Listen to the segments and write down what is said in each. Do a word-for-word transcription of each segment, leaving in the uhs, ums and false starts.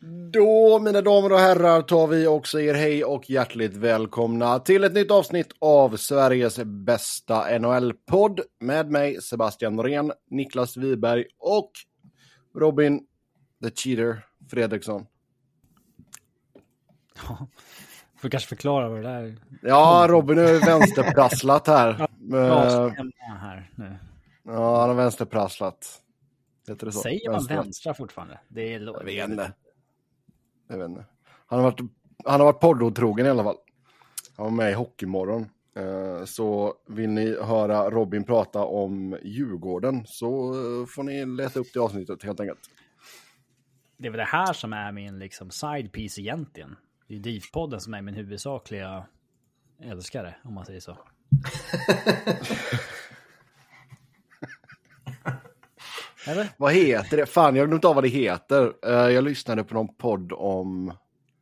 Då, mina damer och herrar, tar vi också er hej och hjärtligt välkomna till ett nytt avsnitt av Sveriges bästa N H L-podd med mig, Sebastian Norén, Niklas Wiberg och Robin the Cheater Fredriksson. Ja, får kanske förklara vad det där är. Ja, Robin är vänsterprasslat här. Ja, här nu. Ja, han har vänsterprasslat. Heter det så? Säger man vänstra, vänstra fortfarande? Det är lo- Jag vet inte. Jag vet inte. Han har varit, han har varit poddotrogen i alla fall. Han var med i Hockeymorgon. Så vill ni höra Robin prata om Djurgården så får ni leta upp det avsnittet helt enkelt. Det är väl det här som är min liksom side piece egentligen. Det är D I F-podden som är min huvudsakliga älskare, om man säger så. Eller? Vad heter det? Fan, jag vet inte vad det heter. Jag lyssnade på någon podd om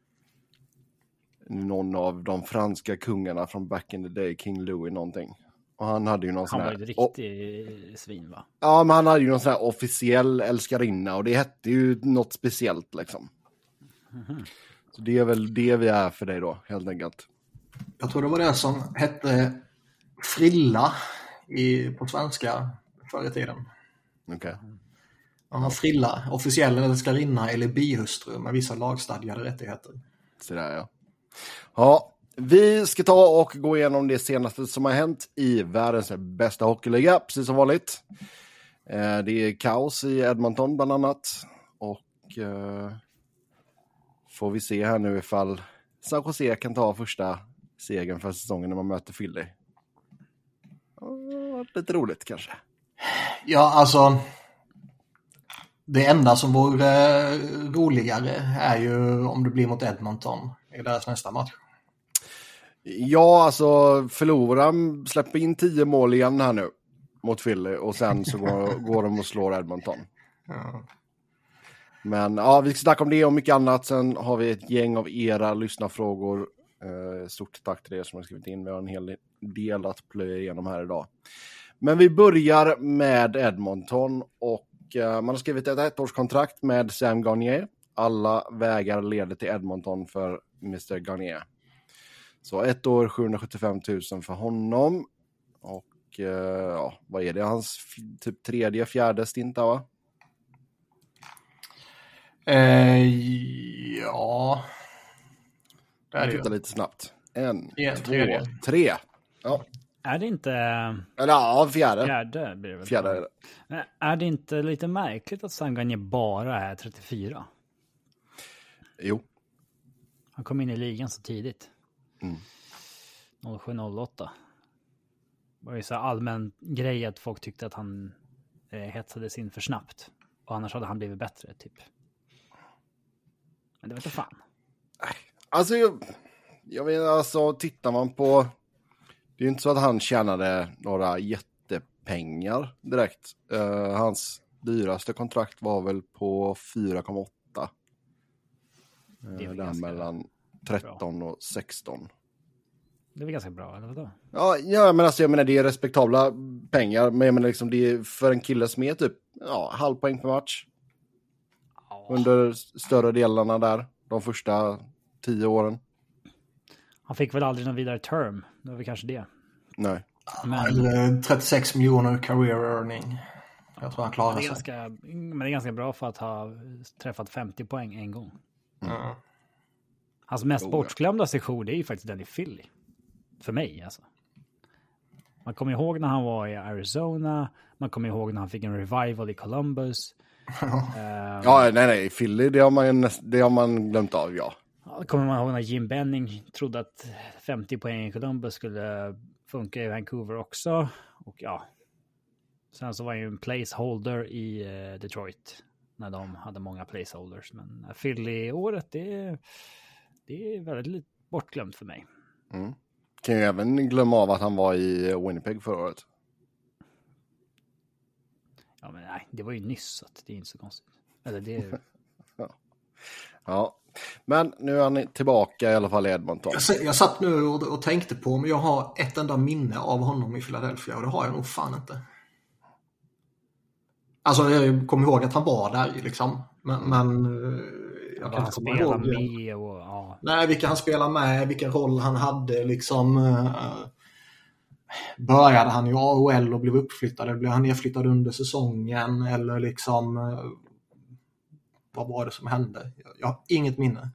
någon av de franska kungarna från back in the day, King Louis någonting. Och han hade ju någon sån här... Han var ju ett riktigt svin, va? Ja, men han hade ju någon sån här officiell älskarinna och det hette ju något speciellt liksom. Mm-hmm. Så det är väl det vi är för dig då, helt enkelt. Jag tror det var det som hette frilla i, på svenska förr i tiden. Okej. Okay. Man har frilla, officiell älskarinna eller bihustru med vissa lagstadgade rättigheter. Så där, ja. Ja, vi ska ta och gå igenom det senaste som har hänt i världens bästa hockeyliga, precis som vanligt. Det är kaos i Edmonton bland annat. Och eh, får vi se här nu ifall San Jose kan ta första segern för säsongen när man möter Philly. Oh, lite roligt kanske. Ja, alltså... Det enda som vore roligare är ju om det blir mot Edmonton i deras nästa match. Ja, alltså förlorar, släpper in tio mål igen här nu mot Philly och sen så går, går de och slår Edmonton. Ja. Men ja, vi ska snacka om det och mycket annat. Sen har vi ett gäng av era lyssnarfrågor. Eh, stort tack till er som har skrivit in. Vi har en hel del att plöja igenom här idag. Men vi börjar med Edmonton och man har skrivit ett ettårskontrakt med Sam Gagner. Alla vägar leder till Edmonton för mister Gagner. Så ett år, sjuhundrasjuttiofem tusen för honom. Och ja, vad är det? Hans f- typ tredje, fjärde stint där, va? Eh, ja. Det är det lite snabbt. En, en två, tredje. tre. Ja. Är det inte... Eller ja, fjärde. Fjärde blir det väl. Fjärde är det. Är det inte lite märkligt att Sam Gagner bara är trettiofyra? Jo. Han kom in i ligan så tidigt. Mm. noll sju noll åtta. Det var ju så allmän grej att folk tyckte att han eh, hetsades in för snabbt. Och annars hade han blivit bättre, typ. Men det vet jag fan. Alltså, jag, jag vet alltså, tittar man på... Det är ju inte så att han tjänade några jättepengar direkt. Uh, hans dyraste kontrakt var väl på fyra komma åtta. Uh, det är där mellan tretton bra. Och sexton. Det är väl ganska bra, eller vadå? Ja, ja, men alltså jag menar det är respektabla pengar. Men jag menar liksom det är för en kille som är typ ja, halv poäng per match. Oh. Under större delarna där. De första tio åren. Han fick väl aldrig någon vidare term. Det var väl kanske det. Nej. Men trettiosex miljoner career earning. Jag tror han klarar det är sig. Ganska, men det är ganska bra för att ha träffat femtio poäng en gång. Mm. Hans mest oh, bortglömda session det är ju faktiskt den i Philly. För mig alltså. Man kommer ihåg när han var i Arizona. Man kommer ihåg när han fick en revival i Columbus. um, ja, nej, nej. Philly, det har man, det har man glömt av, ja. Kommer man ihåg när Jim Benning trodde att femtio poäng i Columbus skulle funka i Vancouver också. Och ja, sen så var han ju en placeholder i uh, Detroit när de hade många placeholders. Men Philly-året, det är, det är väldigt bortglömt för mig. Mm. Kan ju även glömma av att han var i Winnipeg förra året. Ja, men nej, det var ju nyss så det är inte så konstigt. Eller det är... ja. ja. Men nu är han tillbaka i alla fall i Edmonton. Jag, jag satt nu och, och tänkte på om jag har ett enda minne av honom i Philadelphia och det har jag nog fan inte. Alltså jag kommer ihåg att han var där liksom. Men, men jag vilka han spelar med och ja. Nej, vilka han spelar med, vilken roll han hade liksom. Uh, började han i A H L och blev uppflyttad, eller blev han nedflyttad under säsongen, eller liksom uh, vad var det som hände? Jag, jag har inget minne.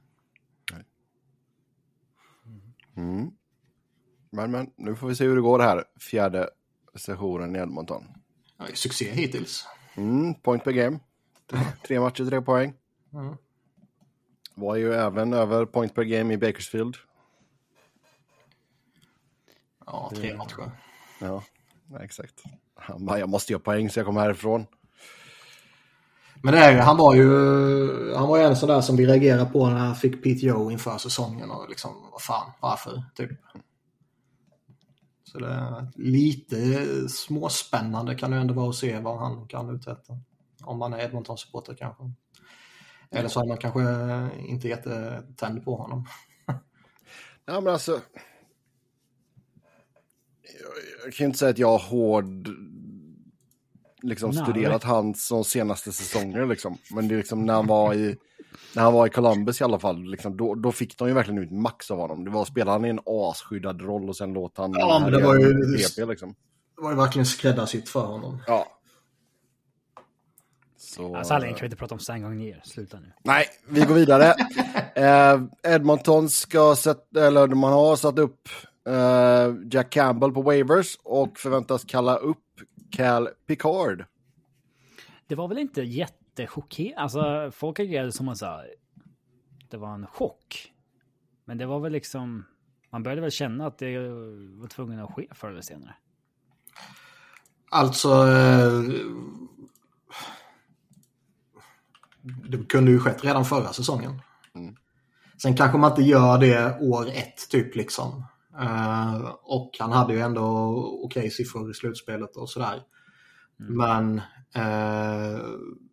Mm. Men, men nu får vi se hur det går det här fjärde sessionen i Edmonton. Ja, succé hittills. Mm, point per game. Tre matcher, tre poäng. Mm. Var ju även över point per game i Bakersfield. Ja, tre det... matcher. Ja, exakt. Han bara, jag måste göra poäng så jag kommer härifrån. Men det är ju, han var ju han var ju en sån där som vi reagerade på när han fick P T O inför säsongen och liksom, vad fan, varför, typ. Så det är lite småspännande kan det ändå vara att se vad han kan uträtta. Om man är Edmonton-supporter kanske. Eller så är man kanske inte jättetänd på honom. Ja, men alltså... Jag, jag kan inte säga att jag har hård... liksom Nej. studerat hans som senaste säsonger liksom. Men det är liksom när han var i när han var i Columbus i alla fall liksom, då, då fick de ju verkligen ut max av honom. Det var spelade han i en asskyddad roll och sen låt han ja, men det var ju B P liksom. Det var ju verkligen skräddarsytt för honom. Ja. Så alltså, Allen kan vi inte prata om så en gång ner. Sluta nu. Nej, vi går vidare. eh, Edmonton ska sätta, eller man har satt upp eh, Jack Campbell på waivers och förväntas kalla upp Cal Picard. Det var väl inte jättechockerande. Alltså, folk agerade som man sa. Det var en chock. Men det var väl liksom... Man började väl känna att det var tvungen att ske förr eller senare. Alltså... Eh, det kunde ju skett redan förra säsongen. Mm. Sen kanske man inte gör det år ett typ liksom. Uh, och han hade ju ändå okej okay siffror i slutspelet och sådär. Mm. Men uh,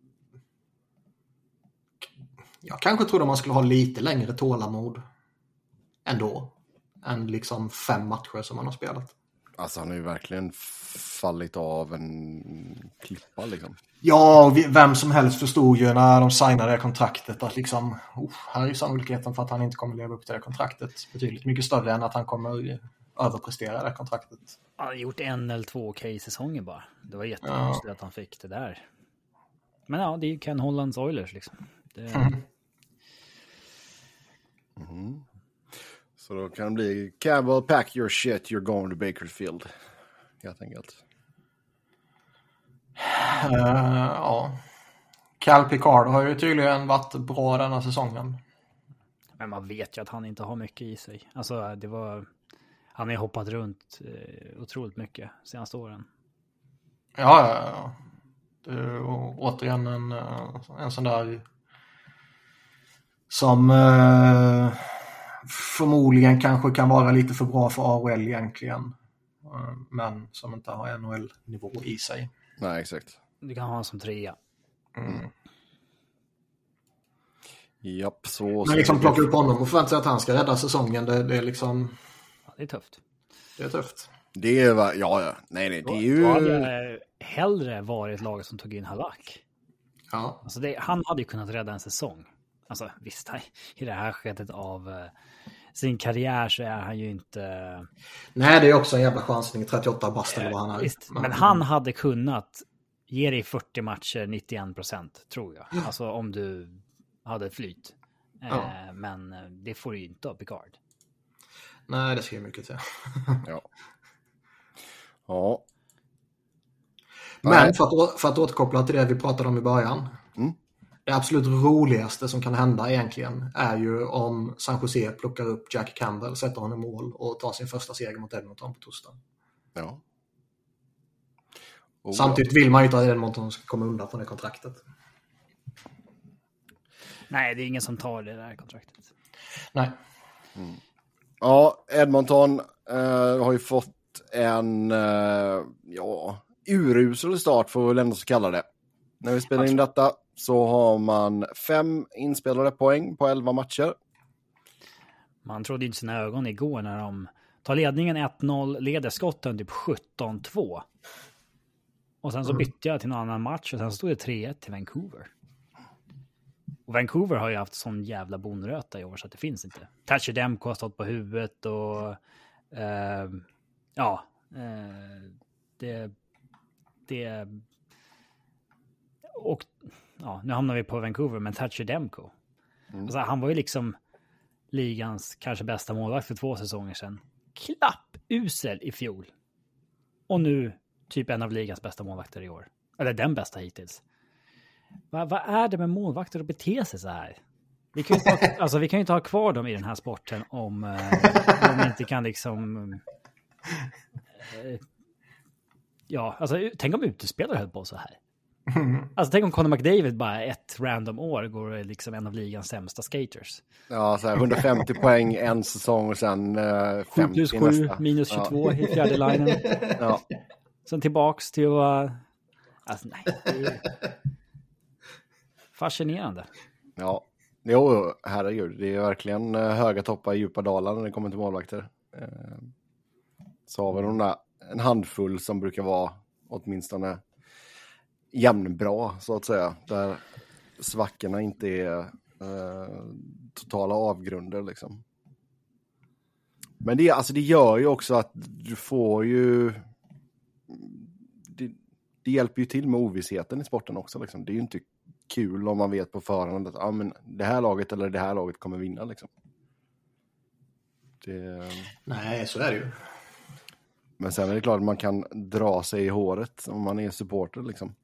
jag kanske trodde man skulle ha lite längre tålamod ändå än liksom fem matcher som man har spelat. Alltså han har ju verkligen fallit av en klippa liksom. Ja, vem som helst förstod ju när de signade det kontraktet att liksom, oh, här är sannolikheten för att han inte kommer leva upp till det kontraktet betydligt mycket större än att han kommer överprestera det kontraktet. Han har gjort en eller två okej säsonger bara. Det var jättekonstigt ja. att han fick det där. Men ja, det är ju Ken Hollands Oilers liksom. Det... Mm. Mm. Så då kan det bli Campbell, pack your shit, you're going to Bakersfield. Helt enkelt. Uh, ja. Cal Picard har ju tydligen varit bra denna säsongen. Men man vet ju att han inte har mycket i sig. Alltså det var... Han har hoppat runt eh, otroligt mycket senaste åren. Ja, ja, ja. Det är återigen en, en sån där som eh, förmodligen kanske kan vara lite för bra för A H L egentligen. Men som inte har N H L-nivå i sig. Nej, exakt. Du kan ha en som trea. Mm. Japp, så... Men liksom plocka upp honom och förvänta sig att han ska rädda säsongen, det, det är liksom... Ja, det är tufft. Det är tufft. Det är va... Ja, ja. Nej, nej, det är ju... Då hade jag hellre varit laget som tog in Halak. Ja. Alltså det, han hade ju kunnat rädda en säsong. Alltså visst, i det här skedet av uh, sin karriär så är han ju inte... Nej, det är också en jävla chansning, trettioåtta bast eller vad han är. Visst, men han hade kunnat ge dig fyrtio matcher, nittioen procent tror jag. Alltså om du hade flyt. Ja. Eh, men det får du ju inte av Picard. Nej, det ser mycket till. Ja. Ja. Men för att, för att återkoppla till det vi pratade om i början. Mm. Det absolut roligaste som kan hända egentligen är ju om San Jose plockar upp Jack Campbell, sätter honom i mål och tar sin första seger mot Edmonton på torsdag. Ja. Oh, Samtidigt vill man ju inte att Edmonton ska komma undan från det kontraktet. Nej, det är ingen som tar det där kontraktet. Nej. Mm. Ja, Edmonton uh, har ju fått en uh, ja, urusel start får vi väl ändå så kalla det. När vi spelar in detta så har man fem inspelade poäng på elva matcher. Man trodde inte sina ögon igår när de tar ledningen ett noll, leder skotten typ sjutton två. Och sen så bytte jag till någon annan match och sen stod det tre ett till Vancouver. Och Vancouver har ju haft sån jävla bonröta i år så att det finns inte. Thatcher Demko har stått på huvudet och eh, ja, eh, det, det och ja, nu hamnar vi på Vancouver, men Thatcher Demko. Mm. Alltså, han var ju liksom ligans kanske bästa målvakt för två säsonger sedan. Klappusel i fjol. Och nu typ en av ligans bästa målvakter i år. Eller den bästa hittills. Vad va är det med målvakter att bete sig så här? Vi kan ju inte ha, alltså, vi kan ju inte ha kvar dem i den här sporten om eh, de inte kan liksom... Eh, ja, alltså tänk om utespelare höll på så här. Mm. Alltså tänk om Conor McDavid bara ett random år går liksom en av ligans sämsta skaters. Ja, så här hundrafemtio poäng en säsong och sen uh, femtio sju plus sju, nästa. minus tjugotvå ja. I fjärde linjen. Ja. Sen tillbaks till att... Uh, alltså nej, det är fascinerande. Ja, jo, herregud. Det är verkligen höga toppar i djupa dalar när det kommer till målvakter. Så har vi de där, en handfull som brukar vara åtminstone jämnbra, så att säga. Där svackorna inte är eh, totala avgrunder, liksom. Men det, alltså, det gör ju också att du får ju... Det, det hjälper ju till med ovissheten i sporten också, liksom. Det är ju inte kul om man vet på förhand att ah, men det här laget eller det här laget kommer vinna, liksom. Det... Nej, så är det ju. Men sen är det klart att man kan dra sig i håret om man är supporter, liksom.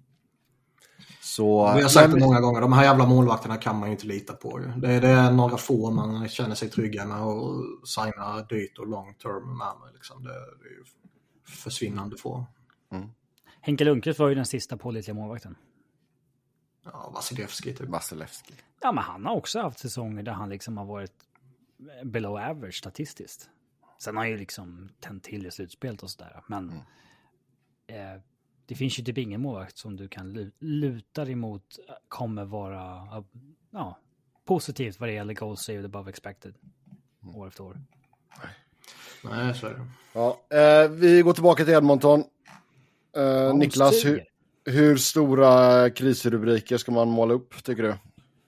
Så, vi har sagt det många gånger, de här jävla målvakterna kan man ju inte lita på. Det är, det är några få man känner sig trygga med och signa dyrt och long term med. Liksom. Det, det är ju försvinnande få. Mm. Henke Lundqvist var ju den sista pålitliga målvakten. Ja, Vasilevski typ. Vasilevski. Ja, men han har också haft säsonger där han liksom har varit below average statistiskt. Sen har han ju liksom tänt till i slutspelet och sådär. Men mm. eh, det finns ju typ ingen målvakt som du kan luta dig emot kommer vara ja, positivt vad det gäller goal saved above expected mm. år efter år. Nej, så är det. Ja, eh, vi går tillbaka till Edmonton. Eh, ja, Niklas, hur, hur stora krisrubriker ska man måla upp, tycker du?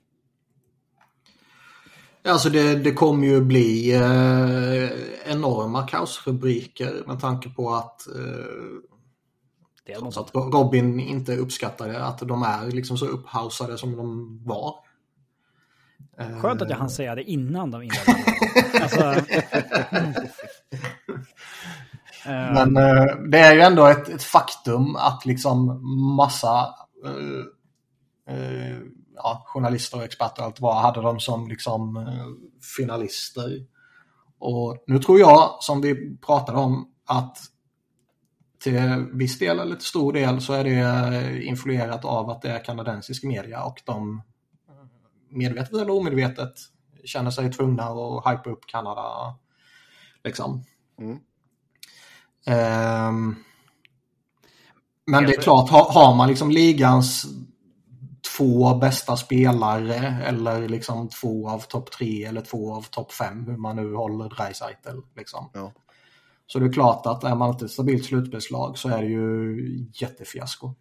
Alltså det, det kommer ju bli eh, enorma kaosrubriker med tanke på att eh, det är så att Robin inte uppskattade att de är liksom så upphausade som de var. Skönt att jag hann säga det innan de inledde. Alltså, men eh, det är ju ändå ett, ett faktum att liksom massa eh, eh, ja, journalister och experter och allt vad hade de som liksom eh, finalister. Och nu tror jag, som vi pratade om, att till viss del eller till stor del så är det influerat av att det är kanadensisk media och de medvetet eller omedvetet känner sig tvungna att hypa upp Kanada liksom. Mm. Um, men det är klart, har, har man liksom ligans två bästa spelare eller liksom två av topp tre eller två av topp fem, hur man nu håller Draisaitl liksom. Ja. Så det är klart att är man inte ett stabilt slutspelslag så är det ju jättefiasko.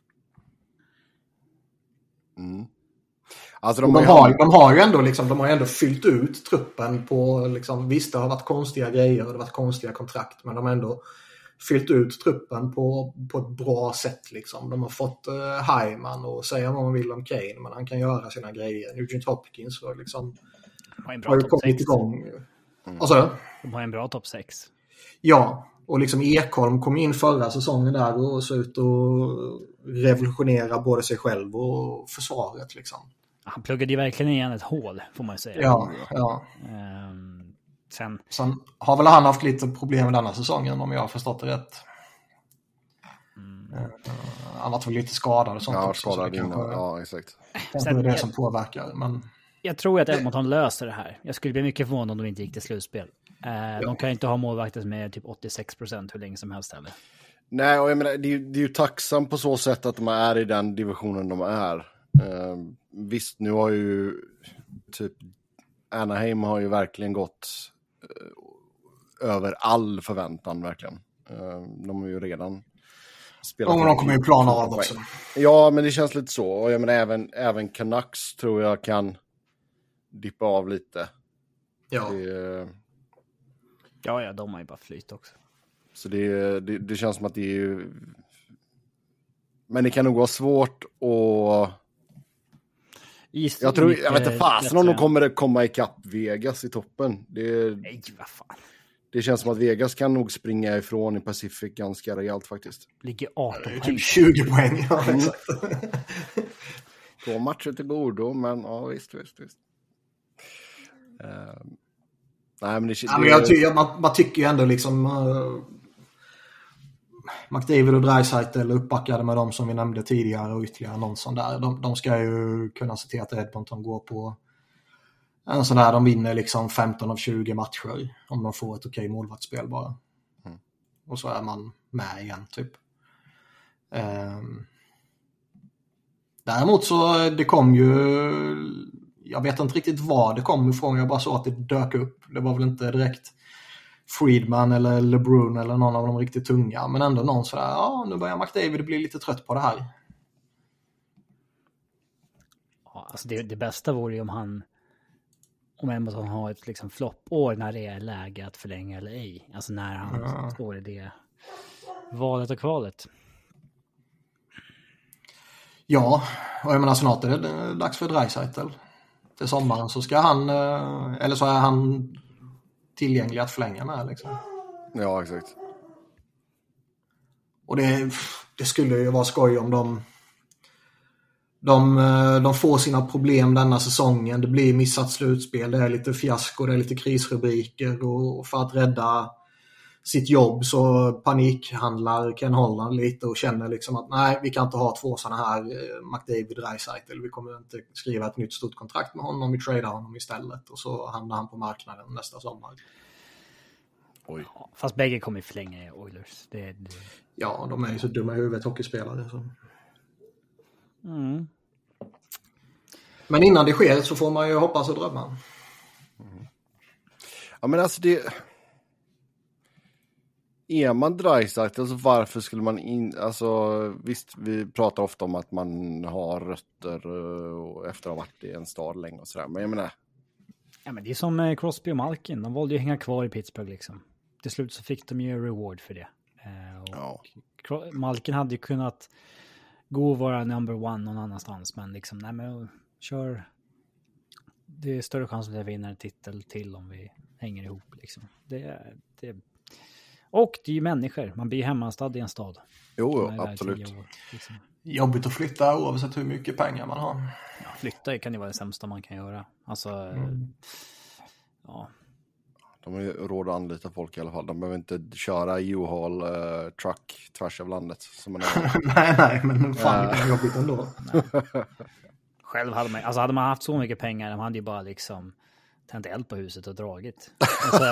Mm. Alltså de, de, har, de har ju ändå liksom, de har ändå fyllt ut truppen på liksom, visst det har varit konstiga grejer och det har varit konstiga kontrakt, men de har ändå fyllt ut truppen på, på ett bra sätt liksom. De har fått uh, Hyman och säga vad man vill om Kane, men han kan göra sina grejer. Nugent Hopkins och liksom har, har ju kommit igång. Mm. Och så, de har en bra topp sex. Ja, och liksom Ekholm kom in förra säsongen där och så ut och revolutionera både sig själv och försvaret liksom. Han pluggade ju verkligen igen ett hål, får man säga. Ja, ja. Um, sen... sen har väl han haft lite problem med denna säsongen, om jag har förstått det rätt. Mm. Uh, han var väl lite skadad och sånt ja, också. Skadad så kanske, ja, exakt. Kanske sen, det är det jag, som påverkar. Men... Jag tror att Edmonton löser det här. Jag skulle bli mycket förvånad om de inte gick till slutspel. Uh, ja. De kan inte ha målvakter med typ åttiosex procent hur länge som helst heller. Nej, och jag menar, det är, det är ju tacksamt på så sätt att de är i den divisionen de är. Uh, visst, nu har ju typ Anaheim har ju verkligen gått uh, över all förväntan verkligen. Uh, de har ju redan spelat. Ja, de kommer ju plana av också. Ja, men det känns lite så. Och jag menar, även, även Canucks tror jag kan dippa av lite. Ja. Det, ja, ja, de har ju bara flyt också. Så det, det, det känns som att det är ju... Men det kan nog vara svårt att... Jag tror, jag vet inte fasen om de kommer komma ikapp Vegas i toppen. Det, Nej, vad fan. Det känns som att Vegas kan nog springa ifrån i Pacific ganska rejält faktiskt. Ligger arton poäng. Typ tjugo poäng, ja, mm. exakt. Två matcher till godo, men ja, visst, visst, visst. Uh, nej, men det, ja, men jag ty- man, man tycker ju ändå liksom... Uh, McDavid och Draisaitl uppbackade med dem som vi nämnde tidigare och ytterligare någon sån där. De, de ska ju kunna se till att Edmonton går på en sån där, de vinner liksom femton av tjugo matcher om de får ett okej målvaktsspel bara. Mm. Och så är man med igen typ. Um, däremot så det kom ju, jag vet inte riktigt var det kom ifrån, jag bara såg att det dök upp. Det var väl inte direkt Friedman eller LeBrun eller någon av de riktigt tunga, men ändå någon sådär, ja nu börjar McDavid bli lite trött på det här. Ja, alltså det, det bästa vore ju om han om Edmonton har ett liksom floppår när det är läge att förlänga eller ej. Alltså när han ja. står i det valet och kvalet. Ja, och jag menar snart är det dags för Draisaitl. Till sommaren så ska han, eller så är han tillgänglig att förlänga med liksom. Ja, exakt. Och det, det skulle ju vara skoj om de De, de får sina problem denna säsongen. Det blir missat slutspel. Det är lite fiasko, det är lite krisrubriker. Och för att rädda sitt jobb så panikhandlar Ken Holland lite och känner liksom att nej, vi kan inte ha två sådana här McDavid Draisaitl. Vi kommer inte skriva ett nytt stort kontrakt med honom. Vi tradar honom istället. Och så hamnar han på marknaden nästa sommar. Oj. Ja, fast bägge kommer förlänga i Oilers. Det, det... Ja, de är ju så dumma i huvudet hockeyspelare. Så. Mm. Men innan det sker så får man ju hoppas och drömma. Mm. Ja, men alltså det... Är man Draisaitl, alltså varför skulle man in... Alltså visst, vi pratar ofta om att man har rötter och efter att ha varit i en stad länge och sådär. Men jag menar... Ja, men det är som Crosby och Malkin. De valde ju hänga kvar i Pittsburgh liksom. Till slut så fick de ju reward för det. Och ja. Malkin hade ju kunnat gå och vara number one någon annanstans. Men liksom, nej men kör... Det är större chans att jag vinner en titel till om vi hänger ihop liksom. Det, det... Och det är ju människor. Man blir ju hemmanstad i en stad. Jo, jo absolut. År, liksom. Jobbigt att flytta oavsett hur mycket pengar man har. Ja, flytta kan ju vara det sämsta man kan göra. Alltså, mm. ja. De har ju råd att anlita folk i alla fall. De behöver inte köra U-Haul uh, truck tvärs av landet. Som man nej, nej, men fan det är jobbigt ändå. Själv hade man, alltså hade man haft så mycket pengar, de hade ju bara liksom tänt eld på huset och dragit. Alltså,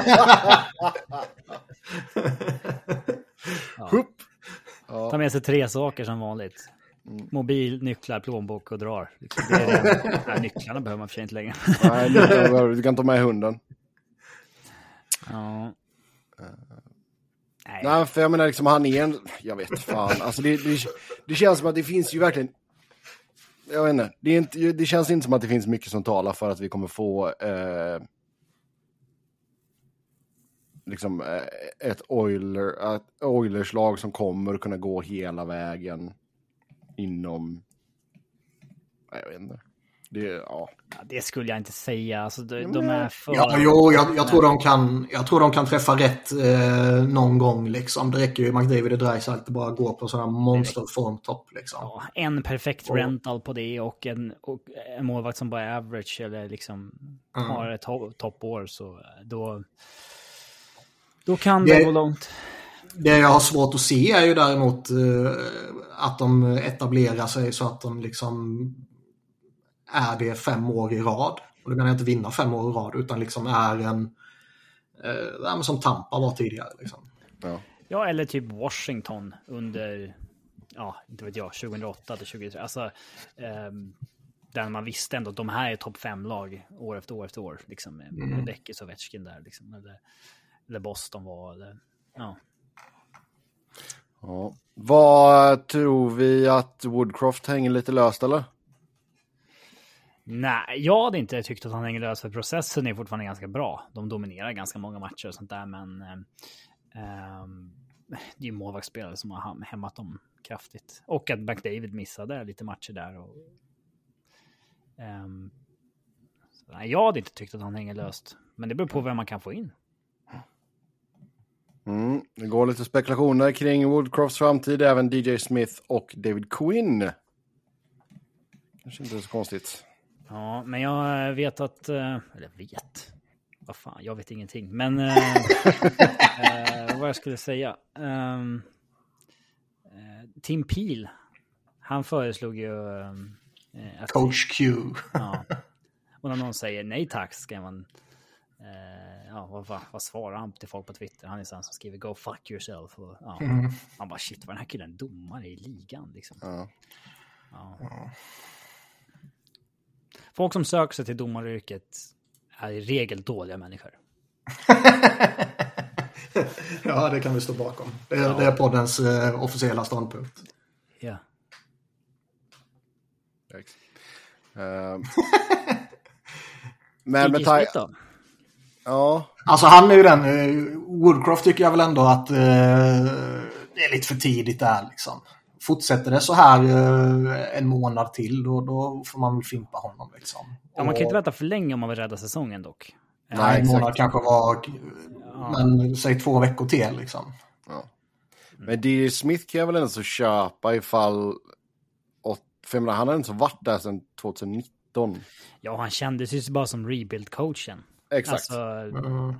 ja. Ja. Ta med sig tre saker som vanligt. Mm. Mobil, nycklar, plånbok och drar. Det är det. Nej, nycklarna behöver man för sig inte längre. Nej, du kan ta med hunden. Ja. Uh, nej. Nej, för jag menar liksom han är en... Jag vet fan. Alltså det, det, det känns som att det finns ju verkligen... Jag vet inte. Det, är inte, det känns inte som att det finns mycket som talar för att vi kommer få... Uh, liksom uh, ett Oiler, ett Oilers lag som kommer kunna gå hela vägen inom... Jag vet inte. Det, ja. Ja, det skulle jag inte säga. Alltså, de, de är för... Ja, jo, jag, jag, tror de kan, jag tror de kan träffa rätt eh, någon gång. Liksom. Det räcker ju McDavid och Draisaitl bara gå på sådana monsterformtopp. Liksom. Ja, en perfekt och... rental på det och en, och en målvakt som bara är average eller liksom mm. har ett to- toppår. Så då, då kan det, det gå långt. Det jag har svårt att se är ju däremot eh, att de etablerar sig så att de liksom... är det fem år i rad. Och då menar jag inte vinna fem år i rad utan liksom är en eh, som Tampa var tidigare. Liksom. Ja. ja, eller typ Washington under, ja, inte vet jag, tjugohundraåtta till tjugotre. Alltså, eh, där man visste ändå att de här är topp fem lag år efter år efter år. Liksom, med mm. Beckis och Ovechkin där. Liksom, eller, eller Boston var, eller, ja. Ja. Vad tror vi att Woodcroft hänger lite löst eller? Nej, jag hade inte tyckt att han hänger löst, för processen är fortfarande ganska bra. De dominerar ganska många matcher och sånt där, men eh, eh, det är ju målvaktsspelare som har hämmat dem kraftigt. Och att McDavid missade lite matcher där. Och, eh, så, nej, jag hade inte tyckt att han hänger löst, men det beror på vem man kan få in. Mm, det går lite spekulationer kring Woodcrofts framtid, även D J Smith och David Quinn. Kanske inte så konstigt. Ja, men jag vet att, eller vet, vad fan, jag vet ingenting. Men äh, äh, vad jag skulle säga. Ähm, äh, Tim Peel, han föreslog ju äh, att, Coach Q. Ja, och när någon säger nej tack ska man, äh, ja, vad, vad, vad svarar han till folk på Twitter? Han är sån som skriver go fuck yourself. Och, ja, mm. Man bara shit, vad den här killen domare i ligan liksom. Ja. Ja. Ja. Folk som söker sig till domaryrket är i regel dåliga människor. Ja, det kan vi stå bakom. Det är, ja. det är poddens uh, officiella ståndpunkt. Ja. Uh, men med taj- då? Ja. Alltså han är ju den, uh, Woodcroft tycker jag väl ändå att uh, det är lite för tidigt där liksom. Fortsätter det så här uh, en månad till, då, då får man väl fimpa honom liksom. Ja, man kan inte vänta för länge om man vill rädda säsongen dock. Nej, en månad kanske var, ja. Men säg två veckor till liksom. Ja. Men D J Smith kan jag väl ändå så köpa ifall, för han har inte så varit där sedan tjugonitton. Ja, han kändes ju bara som rebuild-coachen. Exakt. Alltså, mm.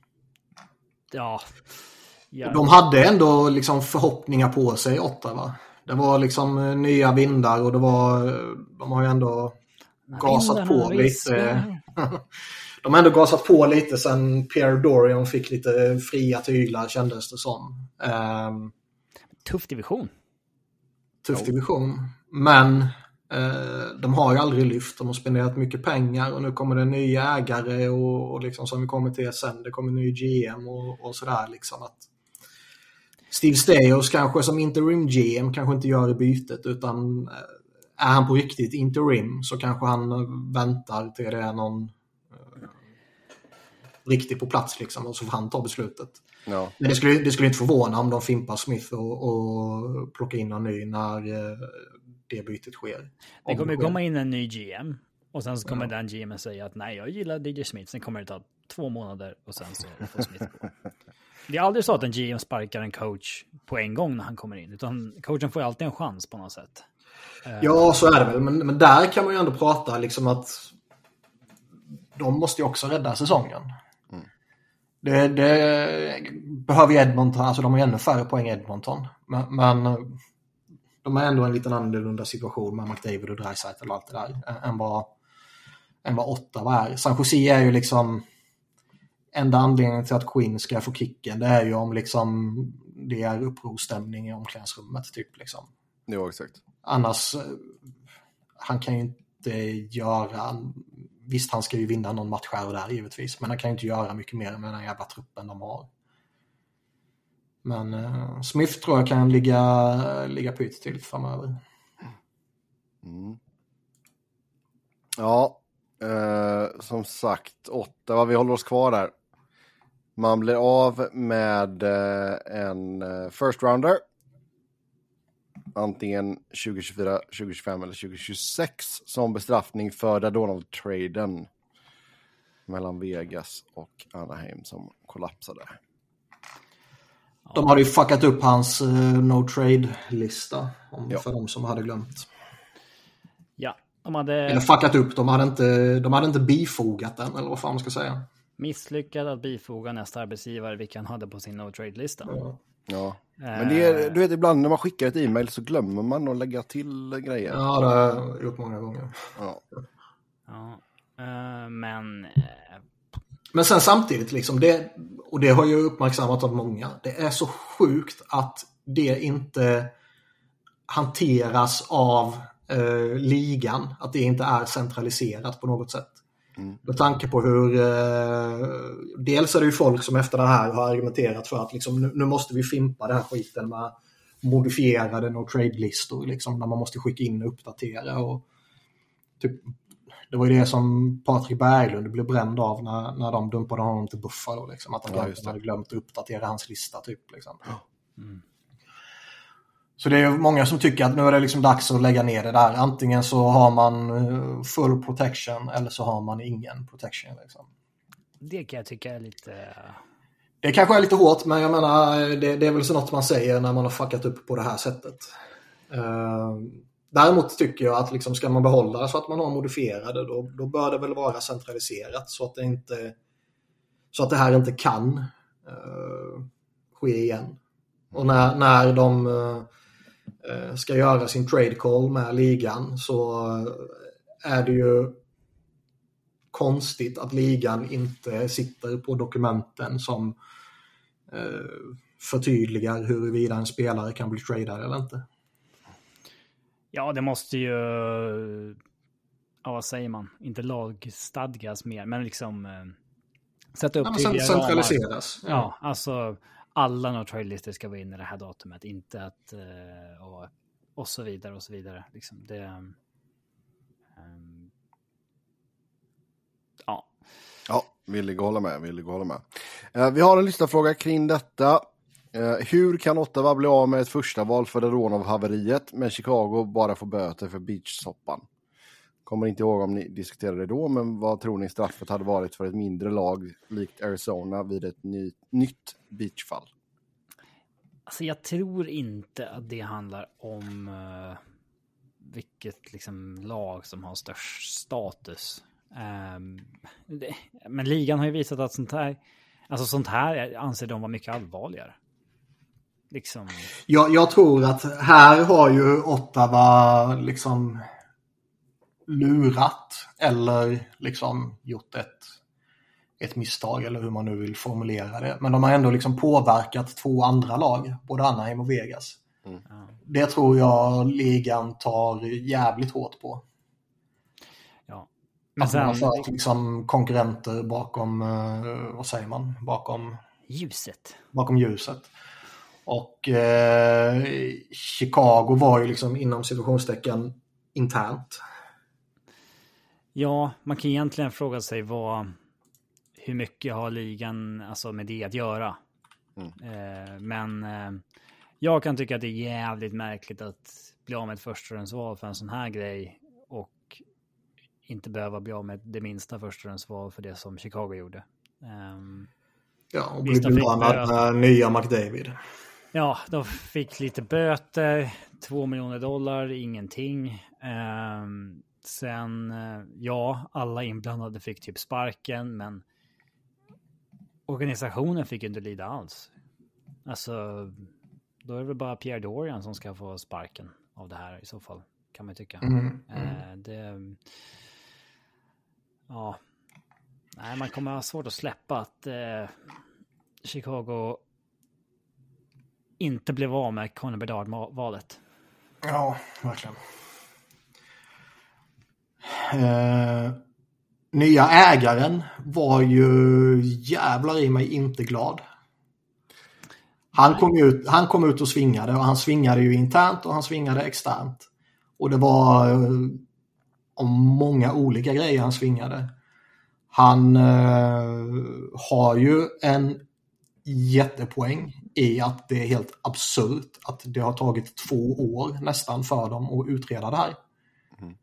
Ja. Ja. De hade ändå liksom förhoppningar på sig, Ottawa. Det var liksom nya vindar och det var, de har ju ändå gasat Vindarna, på lite. De har ändå gasat på lite sen Pierre Dorion fick lite fria tyglar, kändes det som. Um, tuff division. Tuff oh. division. Men uh, de har ju aldrig lyft. De har spenderat mycket pengar och nu kommer det nya ägare och, och liksom som vi kommer till sen, det kommer ny G M och, och sådär liksom att Steve Staios kanske som interim G M kanske inte gör det bytet, utan är han på riktigt interim så kanske han väntar till det är någon uh, riktigt på plats liksom, och så får han ta beslutet. Ja. Men det skulle, det skulle inte förvåna om de fimpar Smith och, och plockar in en ny när uh, det bytet sker. Det kommer det komma in en ny G M och sen så kommer ja. den G M säga att nej, jag gillar D J Smith, sen kommer det ta två månader och sen så får Smith gå. Det är aldrig så att en G M sparkar en coach på en gång när han kommer in, utan coachen får ju alltid en chans på något sätt. Ja, så är det väl. Men, men där kan man ju ändå prata liksom att de måste ju också rädda säsongen. Mm. Det, det behöver Edmonton, alltså de har ännu färre poäng Edmonton. Men, men de är ändå en liten annorlunda situation med McDavid och Draisaitl och allt det där än vad, än vad Ottawa är. San Jose är ju liksom enda anledningen till att Quinn ska få kicken, det är ju om liksom det är upprorstämning i omklädningsrummet typ liksom. Ja, exakt. Annars han kan ju inte göra, visst han ska ju vinna någon match här och där givetvis, men han kan ju inte göra mycket mer med den jävla truppen de har. Men uh, Smith tror jag kan ligga ligga pyt till framöver. Mm. Ja, eh, som sagt åtta, vad vi håller oss kvar där. Man blir av med eh, en eh, first rounder. Antingen tjugo tjugofyra, tjugo tjugofem eller tjugo tjugosex som bestraffning för Donald-traden mellan Vegas och Anaheim som kollapsade. De hade ju fuckat upp hans uh, no-trade-lista om, ja. för de som hade glömt. Ja, de hade... Eller fuckat upp, de hade inte, de hade inte bifogat den, eller vad fan man ska säga. Misslyckad att bifoga nästa arbetsgivare vilka han hade på sin no-trade-lista. Ja. Ja, men det är, du vet ibland när man skickar ett e-mail så glömmer man att lägga till grejer. Ja, det har jag gjort många gånger. Ja, ja uh, men... Uh... Men sen samtidigt, liksom, det, och det har ju uppmärksammat av många, det är så sjukt att det inte hanteras av uh, ligan, att det inte är centraliserat på något sätt. Mm. Med tanke på hur eh, dels är det ju folk som efter det här har argumenterat för att liksom, nu, nu måste vi fimpa den här skiten med modifierade no trade-listor liksom, när man måste skicka in och uppdatera. Och typ, det var ju det som Patrik Berglund blev bränd av när, när de dumpade honom till Buffalo. Liksom, att han ja, hade glömt att uppdatera hans lista. Typ, liksom. mm. Så det är många som tycker att nu är det liksom dags att lägga ner det där. Antingen så har man full protection eller så har man ingen protection. Liksom. Det kan jag tycka är lite... Det kanske är lite hårt, men jag menar det, det är väl så något man säger när man har fuckat upp på det här sättet. Uh, däremot tycker jag att liksom, ska man behålla så att man har modifierade, då, då bör det väl vara centraliserat så att det inte så att det här inte kan uh, ske igen. Och när, när de uh, ska göra sin trade call med ligan så är det ju konstigt att ligan inte sitter på dokumenten som eh, förtydligar huruvida en spelare kan bli tradad eller inte. Ja, det måste ju, ja, vad säger man, inte lagstadgas mer, men liksom eh, sätta upp ja, tydliga centraliseras. Ja. ja, alltså alla no trade-listor ska vara inne i det här datumet, inte att eh, och, och så vidare och så vidare. Liksom det... Um, ja. Ja, villig att hålla med, villig att hålla med. Uh, vi har en lyssnarfråga kring detta. Uh, hur kan Ottawa bli av med ett första val för Daronov-haveriet, men Chicago bara får böter för beachsoppan? Kommer inte ihåg om ni diskuterade det då, men vad tror ni straffet hade varit för ett mindre lag likt Arizona vid ett ny, nytt beachfall? Alltså jag tror inte att det handlar om uh, vilket liksom lag som har störst status. Um, det, men ligan har ju visat att sånt här, alltså sånt här anser de var mycket allvarligare. Liksom. Jag, jag tror att här har ju Ottawa liksom lurat eller liksom gjort ett, ett misstag eller hur man nu vill formulera det. Men de har ändå liksom påverkat två andra lag, både Anaheim och Vegas. Mm. Det tror jag ligan tar jävligt hårt på. Ja. Men sen man får liksom konkurrenter bakom, uh, vad säger man, bakom ljuset. Bakom ljuset. Och eh, Chicago var ju liksom inom situationstecken internt. Ja, man kan egentligen fråga sig vad, hur mycket har ligan alltså med det att göra. Mm. Eh, men eh, jag kan tycka att det är jävligt märkligt att bli av med ett förstahundsval för en sån här grej och inte behöva bli av med det minsta förstahundsval för det som Chicago gjorde. Um, ja, och bli belånad med nya McDavid. Ja, de fick lite böter, två miljoner dollar, ingenting. Um, sen, ja, alla inblandade fick typ sparken, men organisationen fick inte lida alls. Alltså, då är det väl bara Pierre Dorian som ska få sparken av det här i så fall, kan man tycka. Mm, mm. Uh, det, ja, nej, man kommer ha svårt att släppa att uh, Chicago inte blev av med Connor Bedard-valet. Ja, verkligen. Uh, nya ägaren var ju jävlar i mig inte glad. Han kom, ut, han kom ut och svingade och han svingade ju internt och han svingade externt. Och det var uh, om många olika grejer han svingade. Han uh, har ju en jättepoäng i att det är helt absurt att det har tagit två år nästan för dem att utreda det här. Mm.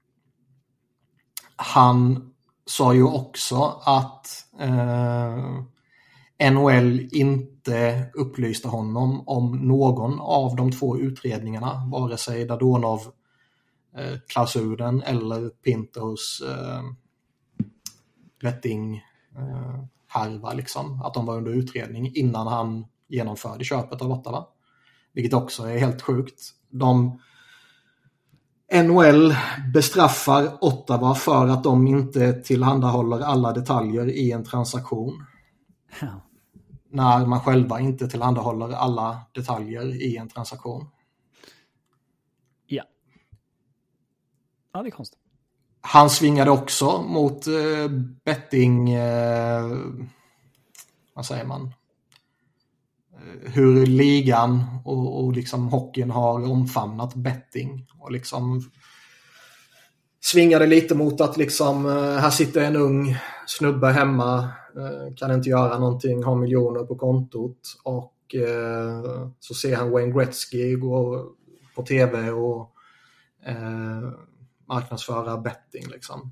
Han sa ju också att uh, N H L inte upplyste honom om någon av de två utredningarna, vare sig Dadonov-klausulen eh, eller Pintos eh, betting eh, härva, liksom, att de var under utredning innan han genomförde köpet av Ottawa. Vilket också är helt sjukt. De N H L bestraffar Ottawa för att de inte tillhandahåller alla detaljer i en transaktion. Ja. När man själva inte tillhandahåller alla detaljer i en transaktion. Ja. Ja, det är konstigt. Han svingade också mot eh, betting, eh, vad säger man? Eh, hur ligan och, och liksom hockeyn har omfamnat betting och liksom svingade lite mot att liksom här sitter en ung snubbe hemma, kan inte göra någonting, har miljoner på kontot och eh, så ser han Wayne Gretzky gå på tv och eh, marknadsföra betting liksom.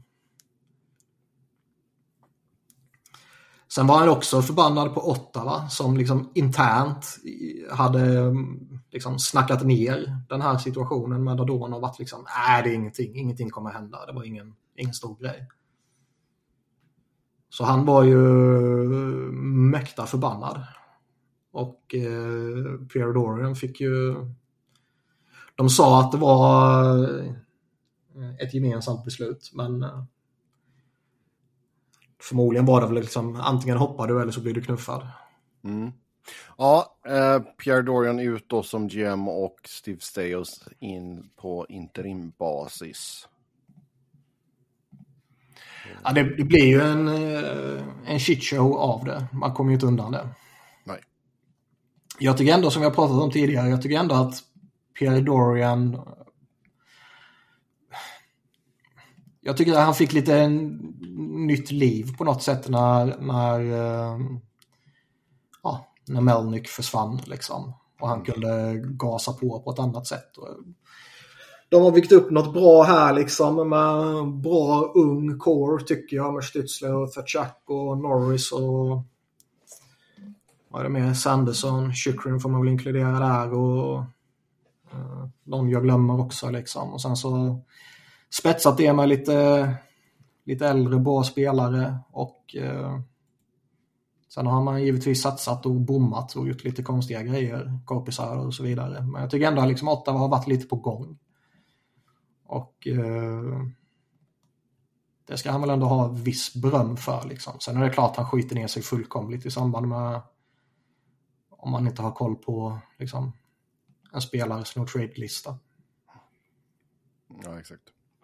Sen var han också förbannad på Ottawa som liksom internt hade liksom snackat ner den här situationen med Dadon och varit liksom, nej det är ingenting, ingenting kommer hända, det var ingen, ingen stor grej. Så han var ju mäkta förbannad. Och eh, Pierre Dorion fick ju, de sa att det var ett gemensamt beslut, men eh, förmodligen var det väl liksom antingen hoppar du eller så blir du knuffad. Mm. Ja, eh, Pierre Dorion ut då som G M och Steve Staios in på interimbasis. Ja, det, det blir ju en, en shitshow av det. Man kommer ju inte undan det. Nej. Jag tycker ändå, som jag pratat om tidigare, jag tycker ändå att Pierre Dorion, jag tycker att han fick lite nytt liv på något sätt när när, ja, när Melnyk försvann liksom. Och han kunde gasa på på ett annat sätt. De har byggt upp något bra här liksom med bra ung core tycker jag, med Stützle och Tkachuk och Norris och vad är det med, Sanderson, Chychrun får man väl inkludera där och uh, de jag glömmer också liksom. Och sen så spetsat det med lite lite äldre bra spelare och uh, sen har man givetvis satsat och bommat och gjort lite konstiga grejer, kompisar och så vidare. Men jag tycker ändå att liksom Ottawa har varit lite på gång. Och eh, det ska han väl ändå ha viss beröm för liksom. Sen är det klart att han skiter ner sig fullkomligt i samband med om man inte har koll på liksom, en spelares no trade-lista. Ja, exakt.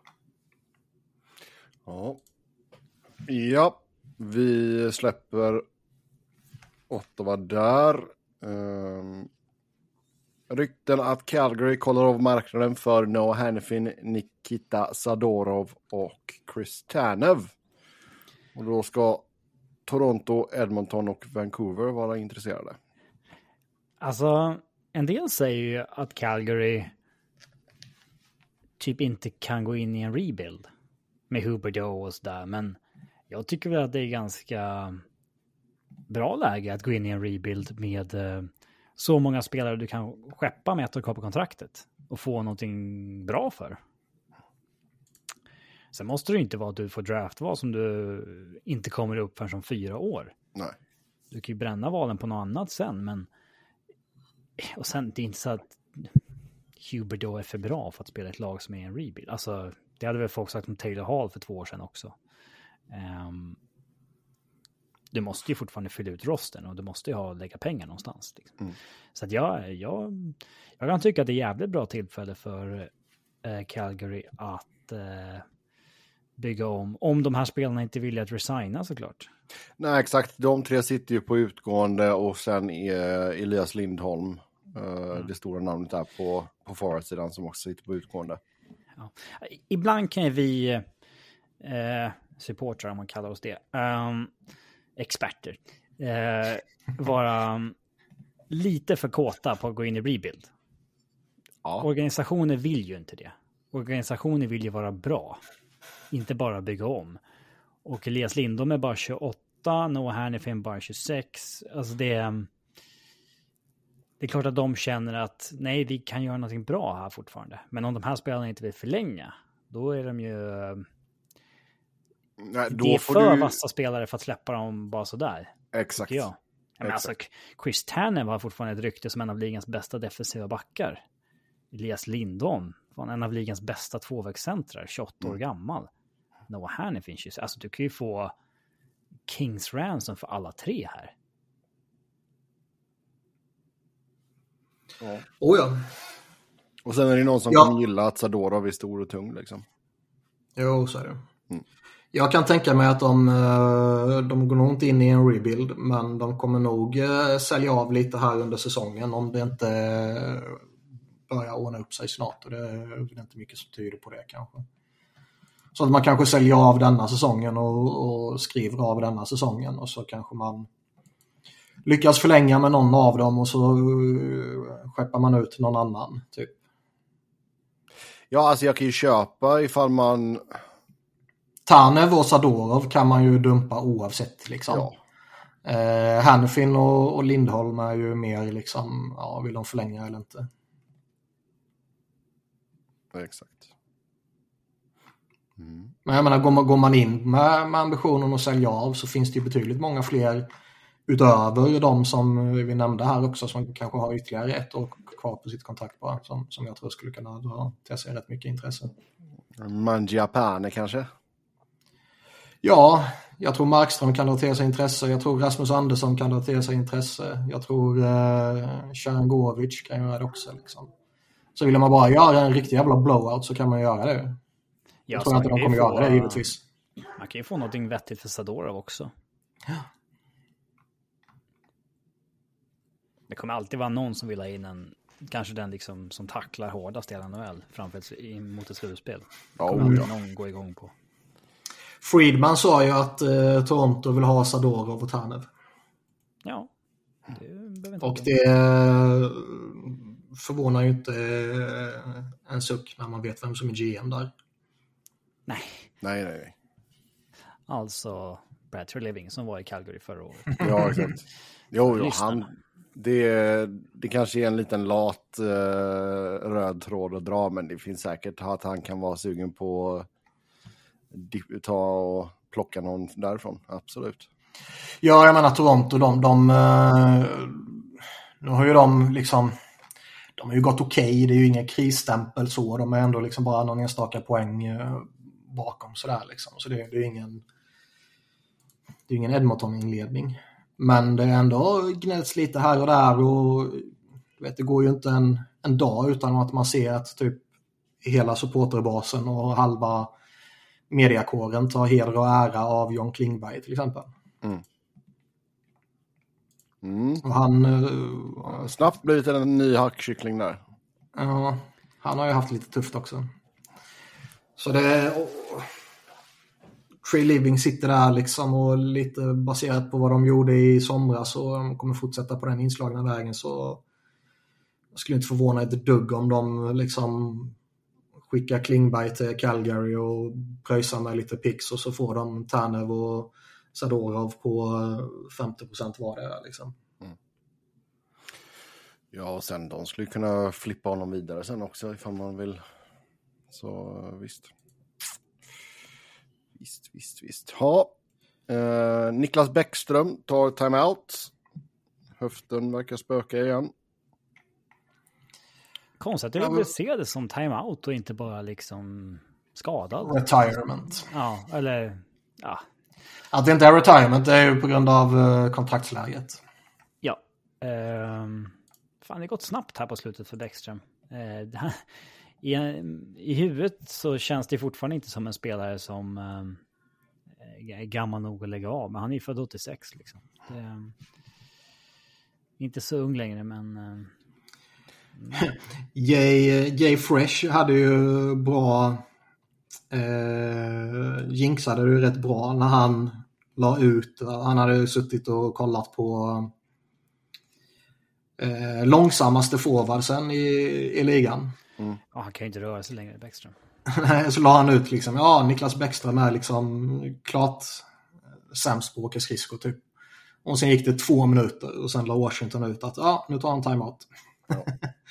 Ja. Ja, vi släpper Ottawa där. Um... Rykten att Calgary kollar av marknaden för Noah Hanifin, Nikita Zadorov och Chris Tanev. Och då ska Toronto, Edmonton och Vancouver vara intresserade. Alltså, en del säger ju att Calgary typ inte kan gå in i en rebuild med Huberdeau och sådär. Men jag tycker väl att det är ganska bra läge att gå in i en rebuild med så många spelare du kan skeppa med ett år kvar på kontraktet och få någonting bra för. Sen måste det inte vara att du får draftval som du inte kommer upp för som fyra år. Nej. Du kan ju bränna valen på något annat sen, men och sen det är inte så att Hubert då är för bra för att spela ett lag som är en rebuild. Alltså, det hade väl folk sagt om Taylor Hall för två år sedan också. Um, du måste ju fortfarande fylla ut rosten och du måste ju ha lägga pengar någonstans. Liksom. Mm. Så att jag, jag, jag kan tycka att det är jävligt bra tillfälle för eh, Calgary att eh, bygga om. Om de här spelarna inte vill att resigna såklart. Nej, exakt. De tre sitter ju på utgående och sen är Elias Lindholm eh, mm. det stora namnet där på, på forwardsidan som också sitter på utgående. Ja. Ibland kan ju vi eh, supportrar, om man kallar oss det, um, experter, eh, vara um, lite för kåta på att gå in i rebuild. Ja. Organisationer vill ju inte det. Organisationer vill ju vara bra, inte bara bygga om. Och Elias Lindholm är bara tjugoåtta, Noah Hanifin bara tjugosex. Alltså det är, det är klart att de känner att nej, vi kan göra någonting bra här fortfarande. Men om de här spelarna inte vill förlänga, då är de ju nej, då det är för du vassa spelare för att släppa dem bara sådär. Exakt. Jag. Men alltså, Chris Tanev har fortfarande ett rykte som en av ligans bästa defensiva backar. Elias Lindholm var en av ligans bästa tvåvägscentrar, tjugoåtta år mm. gammal. Noah Hanifin, alltså du kan ju få Kings ransom för alla tre här. Ja. Oh ja. Och sen är det någon som ja. kan gilla att Zadorov är stor och tung liksom. Jo, så är det. Mm. Jag kan tänka mig att de, de går nog inte in i en rebuild, men de kommer nog sälja av lite här under säsongen om det inte börjar ordna upp sig snart, och det är inte mycket som tyder på det kanske. Så att man kanske säljer av denna säsongen och, och skriver av denna säsongen, och så kanske man lyckas förlänga med någon av dem och så skeppar man ut någon annan typ. Ja, alltså jag kan ju köpa ifall man... Tanev och Sadorov kan man ju dumpa oavsett liksom. Ja. Eh, Hanfin och, och Lindholm är ju mer liksom, ja, vill de förlänga eller inte? Ja, exakt. Mm. Men jag menar, går man, går man in med, med ambitionen att sälja av, så finns det ju betydligt många fler utöver de som vi nämnde här också, som kanske har ytterligare ett år kvar på sitt kontrakt bara, som, som jag tror skulle kunna dra till sig rätt mycket intresse. Mangiapane kanske? Ja, jag tror Markström kan dra till sig intresse. Jag tror Rasmus Andersson kan dra till sig intresse. Jag tror eh, Sharangovic kan göra det också. Liksom. Så vill man bara göra en riktig jävla blowout så kan man göra det. Jag ja, tror inte de kommer få, göra det, givetvis. Man kan ju få något vettigt för Sadorov också. Ja. Det kommer alltid vara någon som vill ha in en, kanske den liksom som tacklar hårdast i N H L framför ett, mot ett slutspel. Det kommer Oh, alltid ja. någon gå igång på. Friedman sa ju att eh, Toronto vill ha Sadorov och Tanev. Ja, det behöver inte Och åka. det eh, förvånar ju inte eh, en suck när man vet vem som är G M där. Nej, Nej, nej, nej. alltså Brad Treliving som var i Calgary förra året. Ja, exakt. Jo, jo Lyssna. han... Det, det kanske är en liten lat uh, röd tråd att dra, men det finns säkert att han kan vara sugen på att ta och plocka någon därifrån. Absolut. Ja, jag menar Toronto, de, de eh, nu har ju de liksom, de har ju gått okej, okay. Det är ju ingen krisstämpel så, de är ändå liksom bara någon enstaka poäng eh, bakom sådär liksom, så det, det är ju ingen det är ingen Edmonton-inledning, men det är ändå gnälls lite här och där, och du vet, det går ju inte en, en dag utan att man ser att typ hela supporterbasen och halva mediakåren tar heder och ära av John Klingberg till exempel. Mm. Mm. Och han uh, snabbt blivit en ny hackkyckling där. Ja, uh, han har ju haft lite tufft också. Så det oh, Trey Living sitter där liksom, och lite baserat på vad de gjorde i somras, så de kommer fortsätta på den inslagna vägen, så jag skulle inte förvåna ett dugg om de liksom skickar Klingberg till Calgary och pröjsar med lite pix, och så får de Tanev och Sadorov på femtio procent var det liksom. Mm. Ja, och sen de skulle kunna flippa honom vidare sen också ifall man vill. Så visst. Visst, visst, visst. Ja. Eh, Niklas Bäckström tar timeout. Höften verkar spöka igen. Konstigt att du vill se det som timeout och inte bara liksom skadad. Retirement. Ja, eller ja. Att det inte är retirement, det är ju på grund av uh, kontraktsläget. Ja. Um, fan, det har gått snabbt här på slutet för Bäckström. Uh, i, I huvudet så känns det fortfarande inte som en spelare som um, är gammal nog att lägga av. Men han är född åttiosex liksom. Det, um, inte så ung längre, men... Um, Jay, Jay Fresh hade ju bra eh, jinxade det rätt bra när han la ut, han hade suttit och kollat på eh, långsammaste forwardsen i, i ligan. Mm. Oh, han kan ju inte röra sig längre, Bäckström. Så la han ut liksom, ja, Niklas Bäckström är liksom klart sämst på att åka skridskor typ. Och sen gick det två minuter och sen la Washington ut att ja, nu tar han timeout. Ja.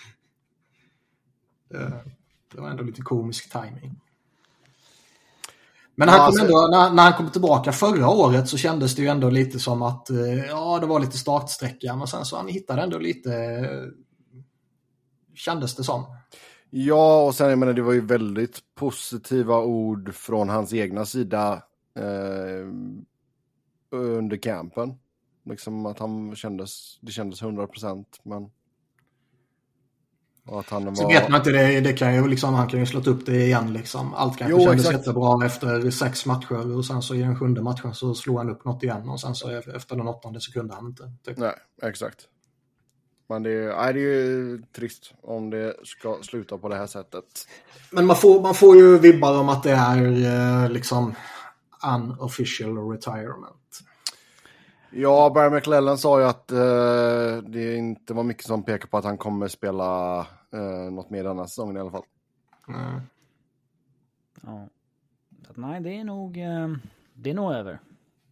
det, det var ändå lite komisk timing. Men ja, han kom alltså... ändå, när, när han kom tillbaka förra året så kändes det ju ändå lite som att ja, det var lite startsträcka, men sen så han hittade ändå lite, kändes det som. Ja, och sen jag menar, det var ju väldigt positiva ord från hans egna sida eh, under campen. Liksom att han kändes, det kändes hundra procent, men... Och att han var... Så vet man inte, det, det kan ju liksom, han kan ju slått upp det igen liksom. Allt kanske jo, kändes jättebra efter sex matcher och sen så i den sjunde matchen så slog han upp något igen och sen så efter den åttonde så kunde han inte. Typ. Nej, exakt. Men det är, nej, det är ju trist om det ska sluta på det här sättet. Men man får, man får ju vibbar om att det är liksom unofficial retirement. Ja, Barry McLellan sa ju att eh, det inte var mycket som pekar på att han kommer spela eh, något mer denna säsongen i alla fall. Mm. Ja. Så att, nej, det är nog eh, det är nog över.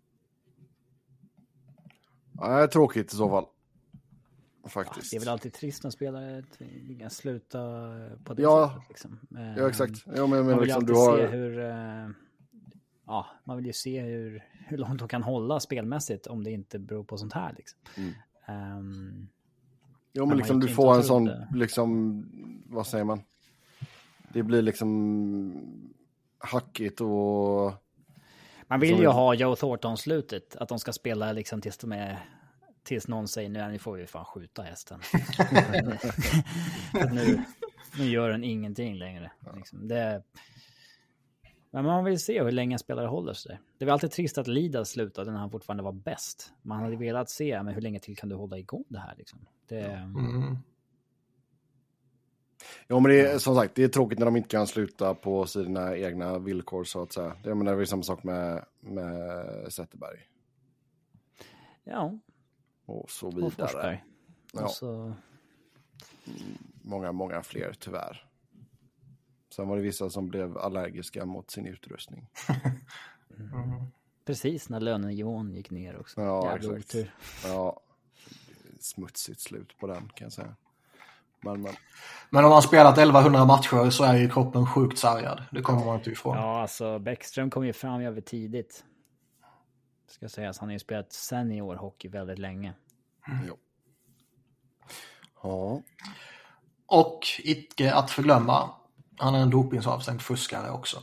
Ja, det är tråkigt i så fall. Faktiskt. Ja, det är väl alltid trist när spelare kan sluta på det ja. sättet. Liksom. Ja, exakt. Ja, men, men, man vill liksom, alltid du har... se hur... Eh, ja, man vill ju se hur, hur långt de kan hålla spelmässigt om det inte beror på sånt här. Liksom. Mm. Um, jo, men liksom du får en sån, det. liksom, vad säger man? Det blir liksom hackigt och... Man vill ju ha Joe Thornton-slutet, att de ska spela liksom tills de är... Tills någon säger, nu, nu får vi fan skjuta hästen. nu, nu gör den ingenting längre. Liksom. Det, men man vill se hur länge spelare håller sig. Det var alltid trist att Lida slutade när han fortfarande var bäst. Man hade velat se, men hur länge till kan du hålla igång det här? Liksom? Det... Mm. Ja, men det är som sagt, det är tråkigt när de inte kan sluta på sina egna villkor så att säga. Det, men det är väl samma sak med, med Zetterberg. Ja. Och så vidare. Och Forsberg. Ja. Och så... Många, många fler tyvärr. Sen var det vissa som blev allergiska mot sin utrustning. mm. Precis när lönenivån gick ner också. Ja, jävla exakt. Otur. Ja, smutsigt slut på den kan jag säga. Men, men... men om man spelat elvahundra matcher så är ju kroppen sjukt sargad. Det kommer man inte ifrån. Ja, alltså Bäckström kom ju fram över tidigt. Ska säga att han har ju spelat seniorhockey väldigt länge. Mm. Jo. Ja. Och icke att förglömma, han är en dopingsavstängd fuskare också.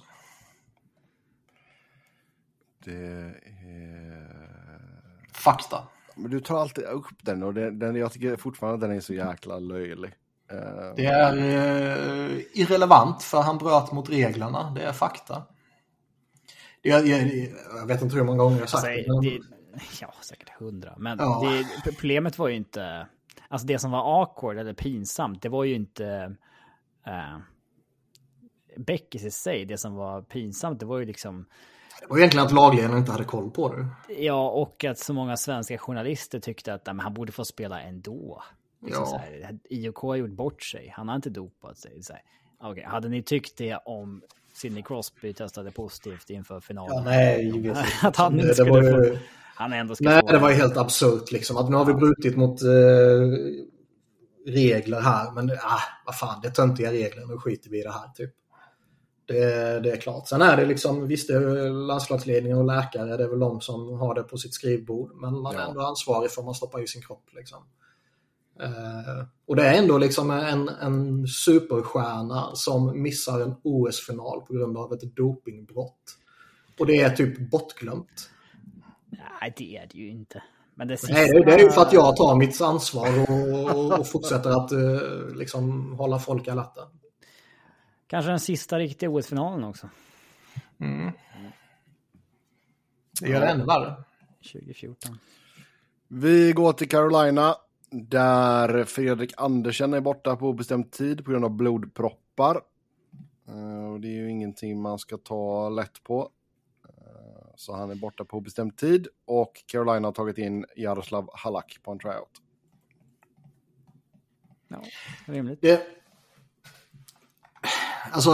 Det är... Fakta. Men du tar alltid upp den och den, den, jag tycker fortfarande att den är så jäkla löjlig. Uh... Det är uh, irrelevant för han bröt mot reglerna. Det är fakta. Det är, jag, jag vet inte hur många gånger jag har sagt alltså, det. det. Ja, säkert hundra. Men ja. det, problemet var ju inte... Alltså det som var awkward eller pinsamt, det var ju inte... Uh, Beckis i sig. Det som var pinsamt, det var ju liksom... Det var egentligen att lagledaren inte hade koll på det. Ja, och att så många svenska journalister tyckte att nej, han borde få spela ändå. Liksom ja. så här, I O K har gjort bort sig. Han har inte dopat sig. Så här. Okay, hade ni tyckt det om Sidney Crosby testade positivt inför finalen? Ja, nej, att han inte skulle det var ju... få... Han ändå ska nej, få... det var ju helt absurt liksom. Att nu har vi brutit mot eh, regler här. Men ah, vad fan, det är töntiga regler. Nu skiter vi i det här typ. Det, det är klart. Sen är det liksom, visst det är landslagsledningen och läkare, det är väl de som har det på sitt skrivbord. Men man är ja. ändå ansvarig för att man stoppar i sin kropp liksom. Uh, och det är ändå liksom en, en superstjärna som missar en O S-final på grund av ett dopingbrott. Och det är typ bortglömt. Nej, det är det ju inte. Men det, sista... Nej, det, det är ju för att jag tar mitt ansvar och, och fortsätter att uh, liksom hålla folk alerta. Kanske den sista riktiga O S-finalen också. Mm. Det gör det ännu värre. tjugo fjorton. Vi går till Carolina. Där Fredrik Andersen är borta på obestämd tid på grund av blodproppar. Uh, det är ju ingenting man ska ta lätt på. Uh, så han är borta på obestämd tid. Och Carolina har tagit in Jaroslav Halak på en tryout. Ja, rimligt. Det... Alltså...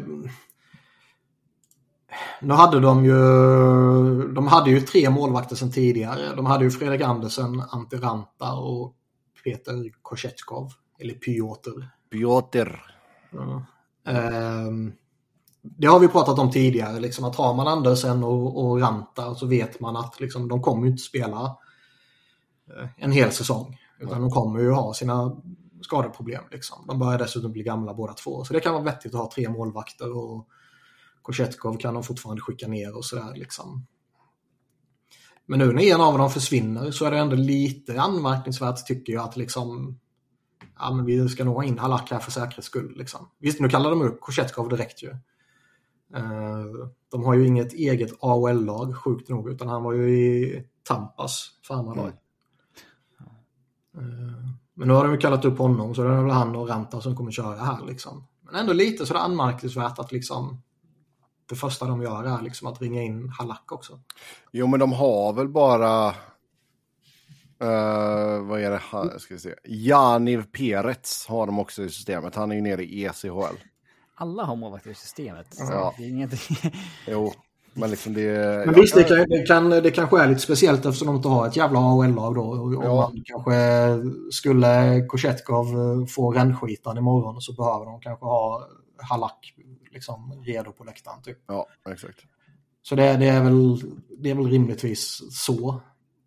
Nu hade de ju de hade ju tre målvakter sedan tidigare. De hade ju Fredrik Andersen, Ante Ranta och Peter Kochetkov. Eller Piotr. Piotr. Ja. Um, det har vi pratat om tidigare. Liksom att har man Andersen och, och Ranta så vet man att liksom, de kommer ju inte spela en hel säsong. Utan mm. de kommer ju ha sina skadeproblem. Liksom. De börjar dessutom bli gamla båda två. Så det kan vara vettigt att ha tre målvakter och Kochetkov kan de fortfarande skicka ner och sådär liksom. Men nu när en av dem försvinner så är det ändå lite anmärkningsvärt tycker jag att liksom ja, men vi ska nog ha in Halak här för säkerhets skull. Liksom. Visst, nu kallar de upp Kochetkov direkt ju. Uh, de har ju inget eget A H L-lag, sjukt nog, utan han var ju i Tampas farmarlag. Mm. Uh, men nu har de ju kallat upp honom, så det är väl han och Ranta som kommer köra här. Liksom. Men ändå lite så det är anmärkningsvärt att liksom, det första de gör är liksom att ringa in Halak också. Jo, men de har väl bara... Uh, vad är det här? Ska vi se. Janiv Perets har de också i systemet. Han är ju nere i E C H L. Alla har målvakter i systemet. Ja. Det är inget... Jo, men liksom det... Men visst, det, kan, det, kan, det kanske är lite speciellt eftersom de inte har ett jävla A H L-lag då. Om ja. man kanske skulle Kochetkov få rännskitan imorgon, så behöver de kanske ha Halak liksom redo på läktaren typ. Ja, exakt. Så det, det, är väl, det är väl rimligtvis så.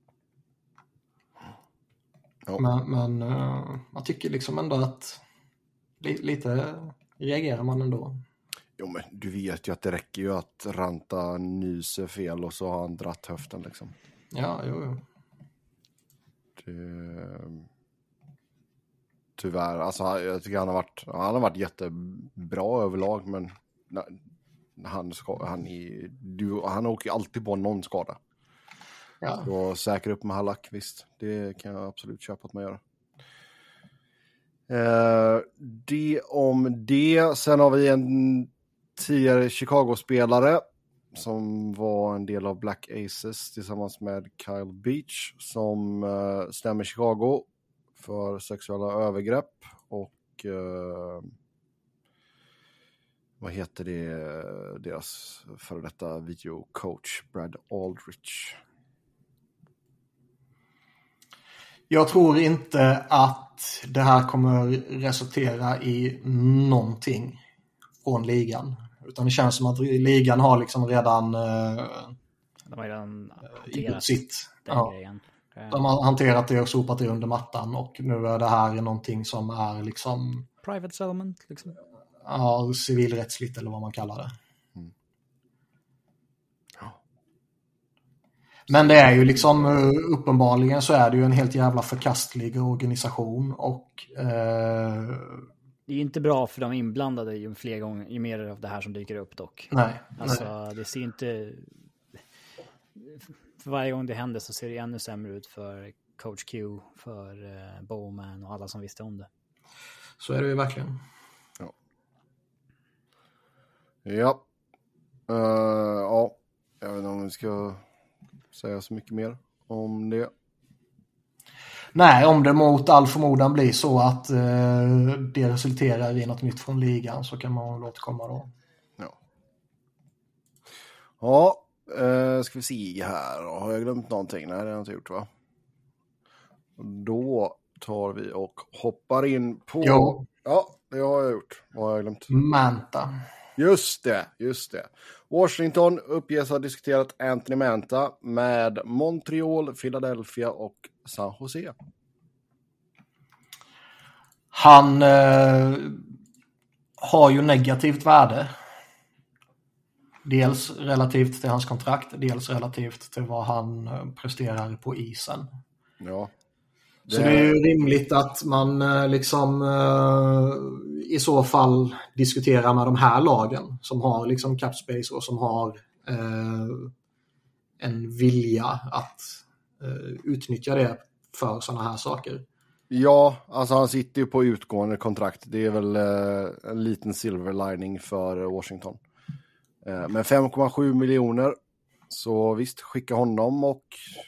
Ja. Men, men uh, man tycker liksom ändå att li, lite reagerar man ändå. Jo, men du vet ju att det räcker ju att Ranta nyser fel och så har han dratt höften liksom. Ja, jo, jo. Det... Tyvärr, alltså jag tycker han har varit, han har varit jättebra överlag, men han, han, är, du, han åker ju alltid på någon skada. Ja. Så säkra upp med Halak, visst. Det kan jag absolut köpa att man gör. Eh, det om det. Sen har vi en tidigare Chicago-spelare som var en del av Black Aces tillsammans med Kyle Beach, som eh, stämmer Chicago för sexuella övergrepp och eh, vad heter det, deras före detta videocoach Brad Aldrich. Jag tror inte att det här kommer resultera i någonting från ligan. Utan det känns som att ligan har liksom redan, uh, De har redan gjort sitt. Den ja. grejen. De har hanterat det och sopat det under mattan. Och nu är det här någonting som är liksom... Private settlement liksom. Ja, civilrättsligt eller vad man kallar det. Mm. Ja. Men det är ju liksom, uppenbarligen så är det ju en helt jävla förkastlig organisation och... Uh, det är ju inte bra för de inblandade ju fler gånger, ju mer av det här som dyker upp dock. Nej. Alltså nej. det ser inte... För varje gång det händer så ser det ännu sämre ut för Coach Q, för uh, Bowman och alla som visste om det. Så är det ju verkligen. Ja. Ja. Uh, ja. Jag vet inte om vi ska säga så mycket mer om det. Nej, om det mot all förmodan blir så att uh, det resulterar i något nytt från ligan, så kan man väl återkomma då. Ja. Ja. Uh, ska vi se här. Har jag glömt någonting? Nej, det har jag inte gjort, va? Då tar vi och hoppar in på... Jo. Ja, det har jag gjort. Vad har jag glömt? Manta. Just det, just det. Washington uppges ha diskuterat Anthony Manta med Montreal, Philadelphia och San Jose. Han uh, har ju negativt värde. Dels relativt till hans kontrakt, dels relativt till vad han presterar på isen. Ja. Det... Så det är ju rimligt att man liksom i så fall diskuterar med de här lagen som har liksom cap space och som har eh, en vilja att eh, utnyttja det för sådana här saker. Ja, alltså han sitter ju på utgående kontrakt. Det är väl eh, en liten silver lining för Washington. Men fem komma sju miljoner, så visst, skicka honom och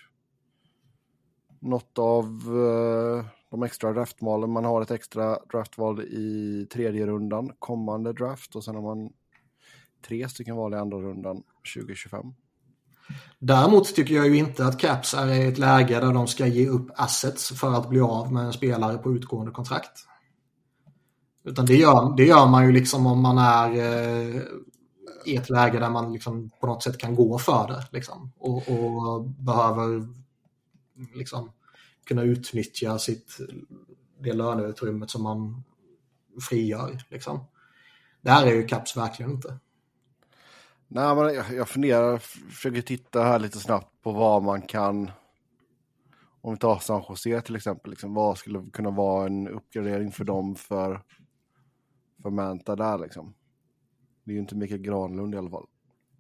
något av uh, de extra draftvalen. Man har ett extra draftval i tredje rundan, kommande draft, och sen har man tre stycken val i andra rundan tjugo tjugofem. Däremot tycker jag ju inte att Caps är i ett läge där de ska ge upp assets för att bli av med en spelare på utgående kontrakt. Utan det gör, det gör man ju liksom om man är... Uh, i ett läge där man liksom på något sätt kan gå för det liksom, och, och behöver liksom kunna utnyttja sitt, det löneutrymmet som man frigör liksom. Det här är ju Caps verkligen inte. Nej, men jag, jag funderar, försöker titta här lite snabbt på vad man kan, Om vi tar San Jose till exempel, liksom, vad skulle kunna vara en uppgradering för dem för, för Manta där liksom? Det är ju inte Mikael Granlund i alla fall.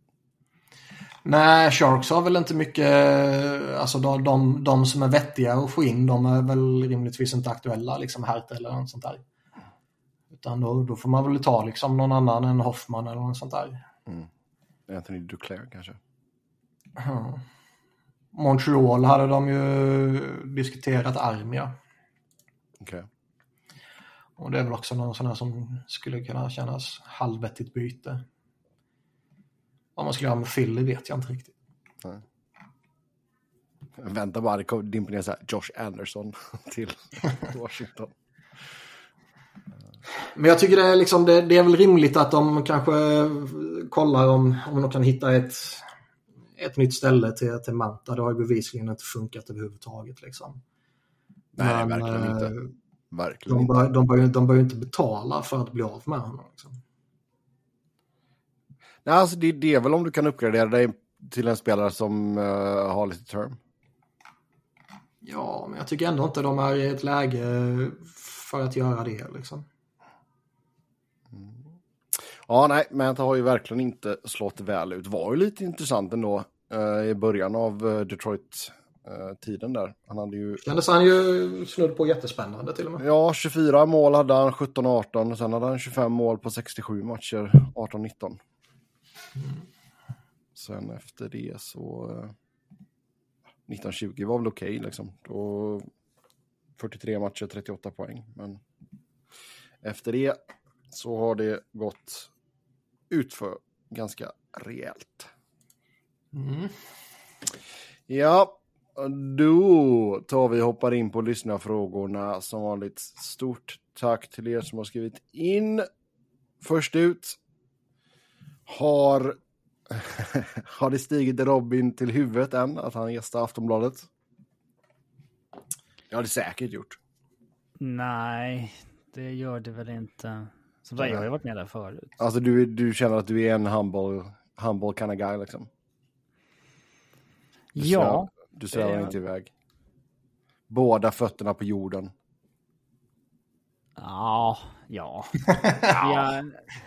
Nej, Sharks har väl inte mycket, alltså de, de, de som är vettiga att få in, de är väl rimligtvis inte aktuella, liksom Hart eller något sånt där. Utan då, då får man väl ta liksom någon annan än Hoffman eller något sånt där. Mm. Anthony Duclair kanske. Mm. Montreal hade de ju diskuterat Armia. Okej. Okay. Och det är väl också någon sån här som skulle kunna kännas halvvettigt byte. Vad man skulle göra med Philly vet jag inte riktigt. Nej. Vänta bara, det kommer dimpa ner så här Josh Anderson till Washington. Men jag tycker det är, liksom, det, det är väl rimligt att de kanske kollar om, om de kan hitta ett, ett nytt ställe till, till Manta. Det har ju bevisligen inte funkat överhuvudtaget. Liksom. Nej, Men, verkligen inte. Verkligen de, inte. bör, de, bör, de bör ju inte betala för att bli av med honom. Liksom. Nej, alltså det, det är väl om du kan uppgradera dig till en spelare som uh, har lite term. Ja, men jag tycker ändå inte de är i ett läge för att göra det. Liksom. Mm. Ja, nej, men det har ju verkligen inte slått väl ut. Det var ju lite intressant ändå uh, i början av uh, Detroit-tiden uh, där. Han hade ju... Kändes han ju snudd på jättespännande till och med. Ja, tjugofyra mål hade han, sjutton arton. Och sen hade han tjugofem mål på sextiosju matcher, arton nitton. Mm. Sen efter det så uh, nitton tjugo var väl okej okay, liksom. Då fyrtiotre matcher, trettioåtta poäng. Men efter det så har det gått ut för ganska rejält. Mm. Ja, då tar vi och hoppar in på lyssnarfrågorna. Som vanligt, stort tack till er som har skrivit in. Först ut har har det stigit Robin till huvudet än att han gästar Aftonbladet? Det har det säkert gjort. Nej, det gör det väl inte. Så jag har ju varit med där förut. Alltså du, du känner att du är en humble, humble kind of guy liksom? Du ja. Sväv, du svävar inte iväg. Båda fötterna på jorden. Ja, ja. ja.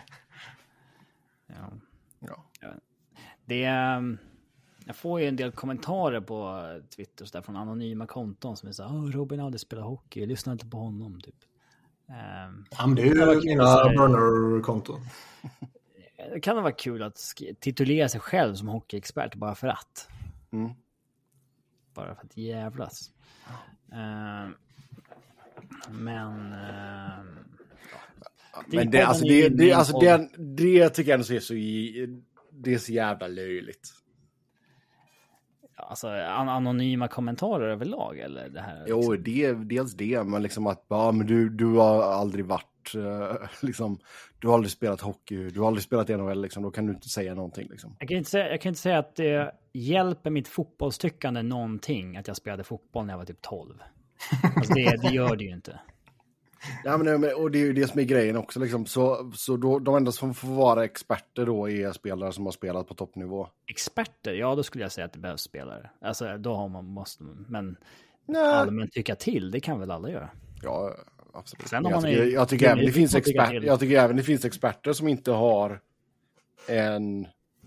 ja. Ja. Det är, jag får ju en del kommentarer på Twitter så där, från anonyma konton som är så här, Robin aldrig spelar hockey, jag lyssnar inte på honom typ. Um, ja, men det är ju mina burner-konton. Det kan vara kul att sk- titulera sig själv som hockeyexpert bara för att. Mm. Bara för att jävlas. Uh, men uh, men det, alltså, det, det, alltså det, det tycker jag ändå är så i, det är så jävla löjligt. Alltså an- anonyma kommentarer överlag eller det här? Jo, liksom. det, dels det, men liksom att ja, men du, du har aldrig varit uh, liksom, du har aldrig spelat hockey, du har aldrig spelat N H L liksom, då kan du inte säga någonting liksom. Jag kan inte säga, jag kan inte säga att det hjälper mitt fotbollstyckande någonting att jag spelade fotboll när jag var typ tolv. Alltså det, det gör det ju inte. Ja, men, och det är ju det som är grejen också liksom. Så, så då, de enda som får vara experter då är spelare som har spelat på toppnivå. Experter? Ja, då skulle jag säga att det behövs spelare. Alltså då har man, måste men allmänt tycka till, det kan väl alla göra. Ja, absolut. Sen om jag, man tycker, är, jag, tycker även det finns expert, jag tycker även det finns experter som inte har en...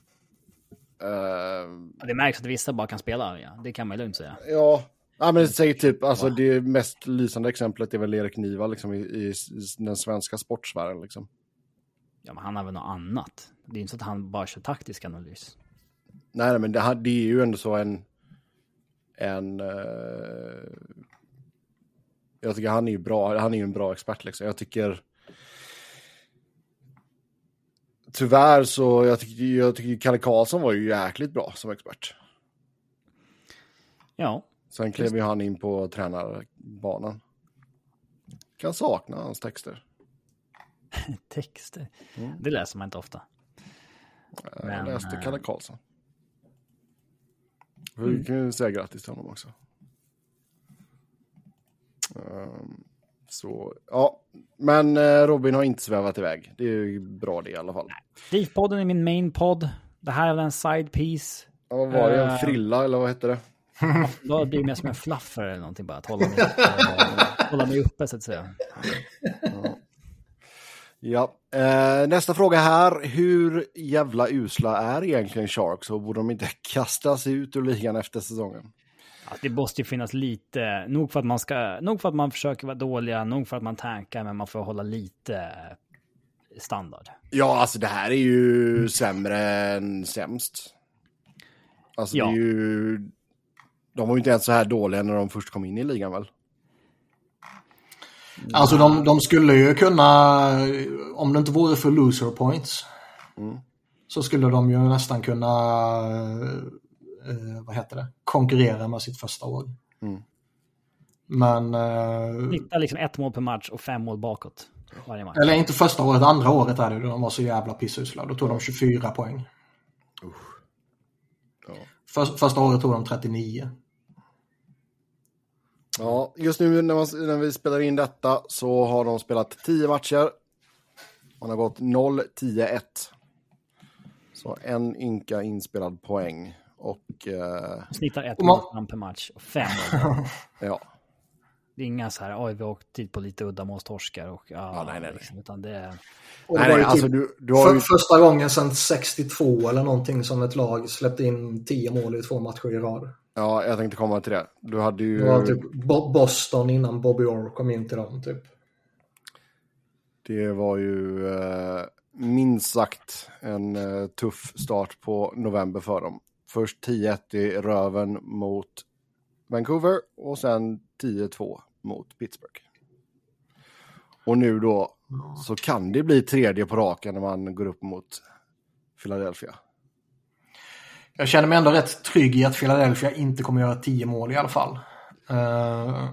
Uh, det märks att vissa bara kan spela, ja. Det kan man lugnt säga. Ja, ja men säg typ, alltså det mest lysande exemplet är väl Erik Niva liksom, i, i den svenska sportsfären liksom. Ja, men han har väl något annat. Det är inte så att han bara kör taktisk analys. Nej, men det, det är ju ändå så en en uh, jag tycker han är ju bra, han är ju en bra expert liksom. Jag tycker tyvärr så jag tycker jag tycker Kalle Karlsson var ju jäkligt bra som expert. Ja. Sen klev ju han in på tränarbanan. Kan sakna hans texter. texter? Mm. Det läser man inte ofta. Jag Men, läste Kalle Karlsson. Mm. Vi kan ju säga grattis till honom också. Um, så, ja. Men uh, Robin har inte svävat iväg. Det är ju bra det i alla fall. Drivpodden är min main podd. Det här är en side piece. Ja, vad var det? En frilla eller vad hette det? Då blir det mer som en fluffer eller någonting, bara att hålla mig, äh, hålla mig uppe så att säga. Ja. Ja. Eh, nästa fråga här. Hur jävla usla är egentligen Sharks, och borde de inte kastas ut ur ligan efter säsongen? Ja, det måste ju finnas lite, nog för att man ska, nog för att man försöker vara dåliga, nog för att man tankar, men man får hålla lite standard. Ja, alltså det här är ju sämre än sämst. Alltså ja. det är ju, de var ju inte ens så här dåliga när de först kom in i ligan väl? Alltså de, de skulle ju kunna, om det inte vore för loser points, mm. så skulle de ju nästan kunna eh, vad heter det, konkurrera med sitt första år. Mm. Men eh, Snitta liksom ett mål per match och fem mål bakåt varje match. Eller inte första året, andra året är det, de var så jävla pissusla. Då tog de tjugofyra poäng. Uh. Ja. För, första året tog de trettionio. Ja, just nu när, man, när vi spelar in detta så har de spelat tio matcher. Man har gått noll tio ett. Så en ynka inspelad poäng. Och eh... snittar ett mål per match och fem mål. Ja. Det är inga så här, oj vi har åkt dit på lite uddamålstorskar och ja, ja, nej, nej. Liksom, utan det är... Och det nej, nej, alltså, du, du har för, ju... Första gången sedan sextiotvå eller någonting som ett lag släppte in tio mål i två matcher i rad. Ja, jag tänkte komma till det. Du hade ju... Det var typ Boston innan Bobby Orr kom in till dem, typ. Det var ju eh, minst sagt en eh, tuff start på november för dem. Först tio ett i röven mot Vancouver och sen tio två mot Pittsburgh. Och nu då ja. så kan det bli tredje på raken när man går upp mot Philadelphia. Jag känner mig ändå rätt trygg i att Philadelphia inte kommer göra tio mål i alla fall. Uh,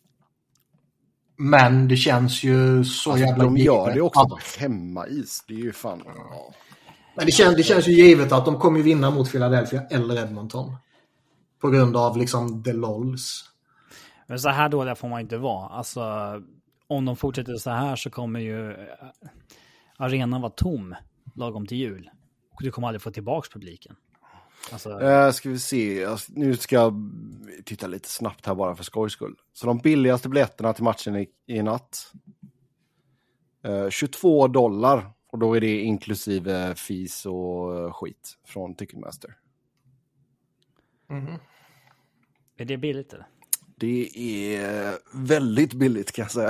men det känns ju så alltså, jävla de gör givet. det också på hemmais. Det är ju fan... Ja. Men det känns, det känns ju givet att de kommer vinna mot Philadelphia eller Edmonton. På grund av liksom the lolls. Men så här dåliga får man inte vara. Alltså, om de fortsätter så här så kommer ju arenan vara tom lagom till jul. Och du kommer aldrig få tillbaka publiken. Alltså... Uh, ska vi se. Nu ska jag titta lite snabbt här bara för skojs skull. Så de billigaste biljetterna till matchen i, i natt. Uh, tjugotvå dollar. Och då är det inklusive fees och skit från Ticketmaster. Mm. Är det billigt eller? Det är väldigt billigt kan jag säga.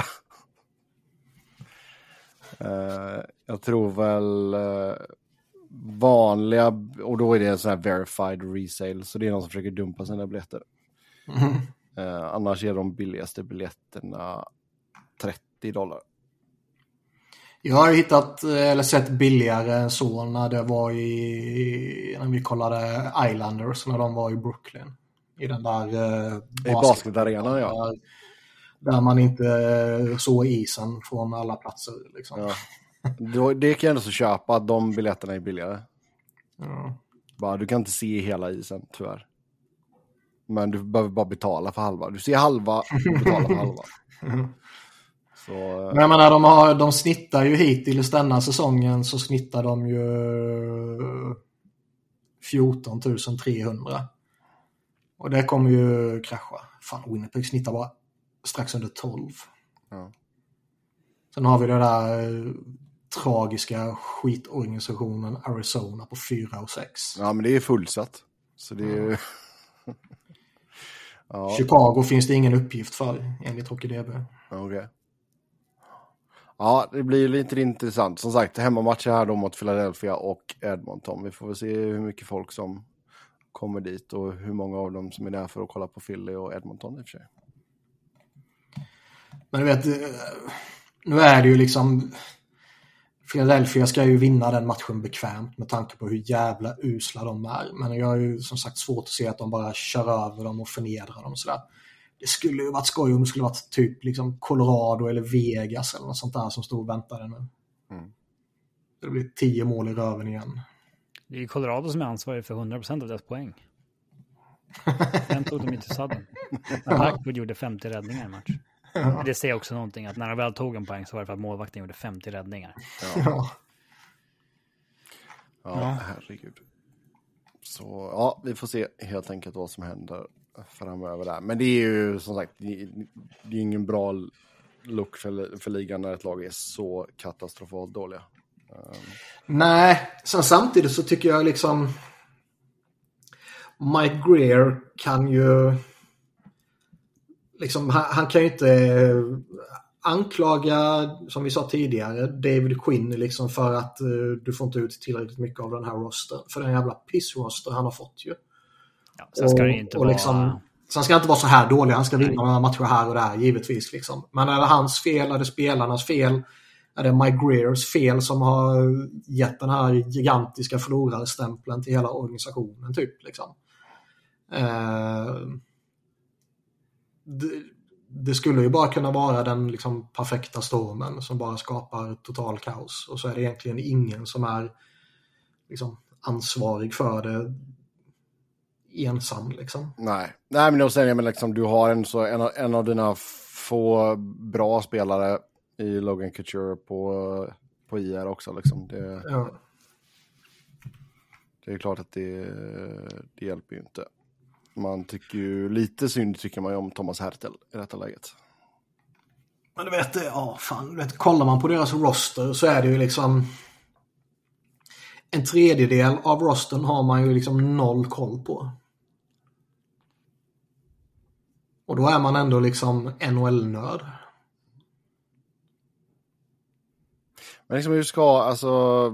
Uh, jag tror väl uh, vanliga, och då är det en sån här verified resale, så det är någon som försöker dumpa sina biljetter. Mm. Uh, annars är de billigaste biljetterna trettio dollar. Jag har hittat eller sett billigare än så när det var i när vi kollade Islanders när de var i Brooklyn. I den där uh, basket- basketarenan, ja. Där, där man inte såg isen från alla platser. Liksom. Ja. Det kan jag ändå så köpa att de biljetterna är billigare. Ja. Bara, du kan inte se hela isen, tyvärr. Men du behöver bara betala för halva. Du ser halva och betalar för halva. Så, men jag menar, de, har, de snittar ju hittills denna säsongen så snittar de ju fjorton tusen trehundra. Och det kommer ju krascha. Fan, Winnipeg snittar bara strax under tolv. Ja. Sen har vi det där tragiska skitorganisationen Arizona på fyra och sex. Ja, men det är fullsatt. Så det är ju... ja. Chicago finns det ingen uppgift för enligt Hockey D B. Okej. Okay. Ja, det blir lite intressant. Som sagt, hemmamatcher här då mot Philadelphia och Edmonton. Vi får väl se hur mycket folk som kommer dit och hur många av dem som är där för att kolla på Philly och Edmonton i och för sig. Men du vet, nu är det ju liksom Philadelphia ska ju vinna den matchen bekvämt med tanke på hur jävla usla de är. Men jag har ju som sagt svårt att se att de bara kör över dem och förnedrar dem och sådär. Det skulle ju varit skoj om det skulle varit typ liksom Colorado eller Vegas eller något sånt där som stod och väntade nu. Mm. Det blir tio mål i röven igen. Det är Colorado som är ansvarig för hundra procent av deras poäng. Den tog de inte sadden. När Blackwood gjorde femtio räddningar i match. Ja. Det säger också någonting att när de väl tog en poäng så var det för att målvakten gjorde femtio räddningar. Ja, ja. ja herregud. Så ja, vi får se helt enkelt vad som händer framöver där. Men det är ju som sagt, det, det är ingen bra look för, för ligan när ett lag är så katastrofalt dåliga. Um. Nej, sen samtidigt så tycker jag liksom Mike Greer kan ju liksom, han, han kan ju inte anklaga, som vi sa tidigare, David Quinn liksom för att uh, du får inte ut tillräckligt mycket av den här roster, för den jävla piss-roster han har fått ju. Ja, sen ska och, det inte och liksom, vara... Sen ska han inte vara så här dålig, han ska vinna några matcher här och där, givetvis liksom. Men är det hans fel, är det spelarnas fel, är det Mike Greers fel som har gett den här gigantiska förlorarstämpeln till hela organisationen typ liksom. Uh, det, det skulle ju bara kunna vara den liksom perfekta stormen som bara skapar total kaos, och så är det egentligen ingen som är liksom ansvarig för det ensam liksom. Nej, Nej men då säger jag men liksom, du har en, så, en, en av dina få bra spelare i Logan Couture på, på I R också liksom. Det, ja. det är klart att det, det hjälper ju inte. Man tycker ju lite synd tycker man ju om Thomas Hertel i detta läget. Men du vet, ja fan, du vet, kollar man på deras roster så är det ju liksom en tredjedel av rostern har man ju liksom noll koll på. Och då är man ändå liksom N H L-nörd. Men liksom hur ska, alltså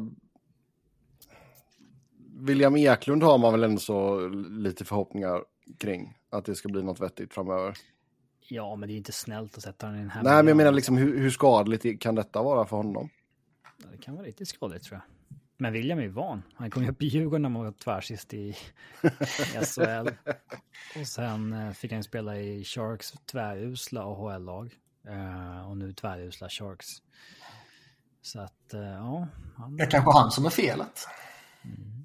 William Eklund har man väl ändå så lite förhoppningar kring att det ska bli något vettigt framöver. Ja, men det är inte snällt att sätta den i den här. Nej, men jag menar liksom hur, hur skadligt kan detta vara för honom? Ja, det kan vara riktigt skadligt tror jag. Men William är ju van. Han kom ju upp i Djurgården när man var tvärsist i S H L. Och sen fick han spela i Sharks tvärusla A H L-lag. Och nu tvärusla Sharks. Så att, ja. Han... Det är kanske han som är felet. Mm.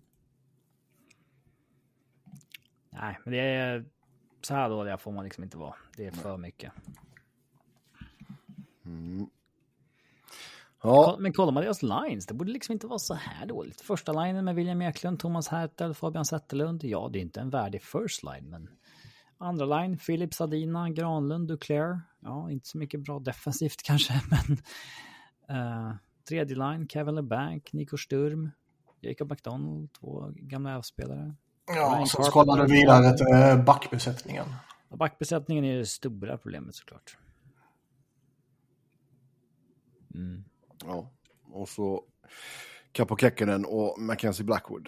Nej, men det är så här dåliga får man liksom inte vara. Det är för mycket. Mm. Ja. Men kollar man deras lines, det borde liksom inte vara så här dåligt. Första linen med William Eklund, Thomas Hertel, Fabian Zetterlund. Ja, det är inte en värdig first line, men andra line, Filip Sadina, Granlund, Duclair. Ja, inte så mycket bra defensivt kanske, men uh, tredje line, Kevin LeBanc, Nico Sturm, Jacob McDonald, två gamla avspelare. Ja, så kollade vi vidare till backbesättningen. Backbesättningen är det stora problemet såklart. Mm. Ja, och så Capo Kekkonen och Mackenzie Blackwood.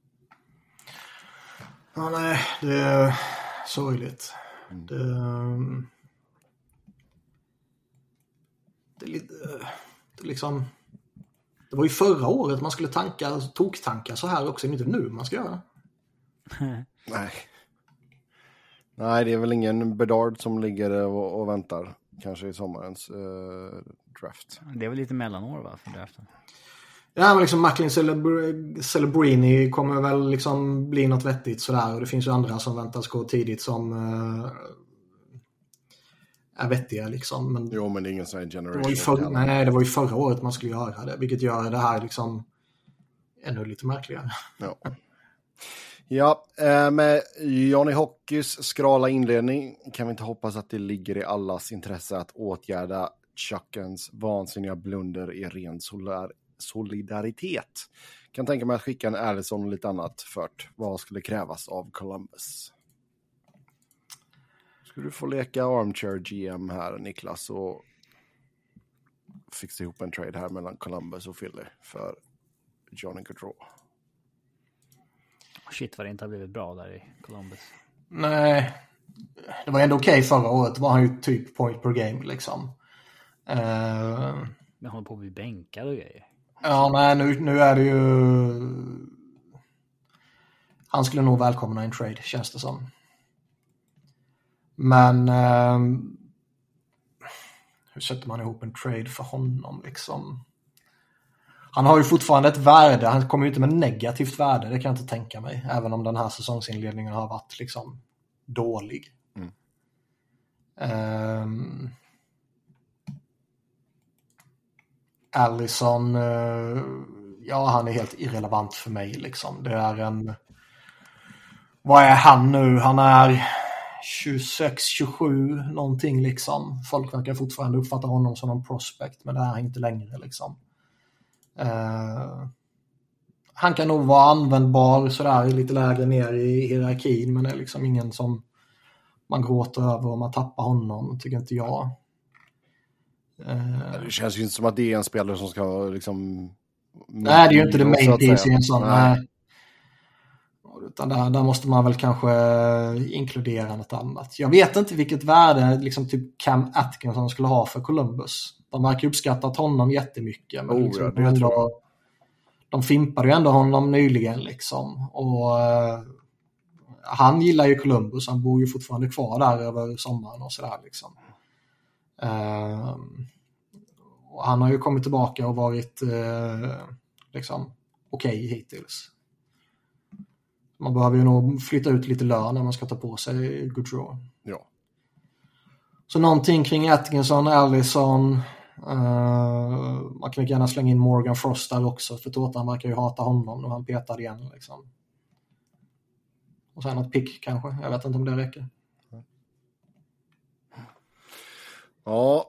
Ja, nej, det är sorgligt. Mm. Det, det är lite, det är liksom, det var ju förra året man skulle tanka, toktanka så här också, inte nu man ska göra. Nej. Nej, det är väl ingen Bedard som ligger och, och väntar kanske i sommarens uh, draft. Det är väl lite mellanår va för draften. Ja, men liksom Macklin Celebr- Celebrini kommer väl liksom bli något vettigt sådär, och det finns ju andra som väntas gå tidigt som uh, är vettiga liksom. Men jo, men det är ingen sån här generation. Det var ju för, nej, det var ju förra året man skulle göra det, vilket gör det här liksom ännu lite märkligare. Ja. Ja, med Johnny Hockeys skrala inledning kan vi inte hoppas att det ligger i allas intresse att åtgärda Chuckens vansinniga blunder i ren solidaritet. Kan tänka mig att skicka en Allison och lite annat fört. Vad skulle krävas av Columbus? Skulle du få leka armchair G M här, Niklas, och fixa ihop en trade här mellan Columbus och Philly för Johnny Gaudreau? Shit vad det inte har blivit bra där i Columbus. Nej, det var ändå okej okay förra året. Var han ju typ point per game liksom. Uh, Men han håller på att bli bänkad och grejer. Ja, nej, nu, nu är det ju... Han skulle nog välkomna en trade, känns det som. Men uh, hur sätter man ihop en trade för honom liksom? Han har ju fortfarande ett värde. Han kommer ju inte med negativt värde, det kan jag inte tänka mig. Även om den här säsongsinledningen har varit liksom dålig. Mm. Um, Allison, uh, ja, han är helt irrelevant för mig liksom. Det är en... Vad är han nu? Han är tjugosex tjugosju någonting liksom. Folk verkar fortfarande uppfatta honom som en prospect, men det är han inte längre liksom. Uh, han kan nog vara användbar sådär lite lägre ner i hierarkin, men det är liksom ingen som man gråter över om man tappar honom, tycker inte jag. Uh, det känns ju inte som att det är en spelare som ska liksom... Nej, det är ju inte det main piece i en sån. Nej. Utan där, där måste man väl kanske inkludera något annat. Jag vet inte vilket värde liksom typ Cam Atkinson skulle ha för Columbus. De verkar uppskattat honom jättemycket. Men oh, liksom, ja, det ändå, tror jag. De fimpade ju ändå honom nyligen liksom. Och uh, han gillar ju Columbus. Han bor ju fortfarande kvar där över sommaren och sådär liksom. Uh, och han har ju kommit tillbaka och varit uh, liksom okej okay hittills. Man behöver ju nog flytta ut lite lön när man ska ta på sig Gaudreau. Ja. Så någonting kring Atkinson, Allison. Uh, man kan gärna slänga in Morgan Frost där också. För Tårtan verkar ju hata honom när han petar igen. Liksom. Och sen något pick kanske. Jag vet inte om det räcker. Ja.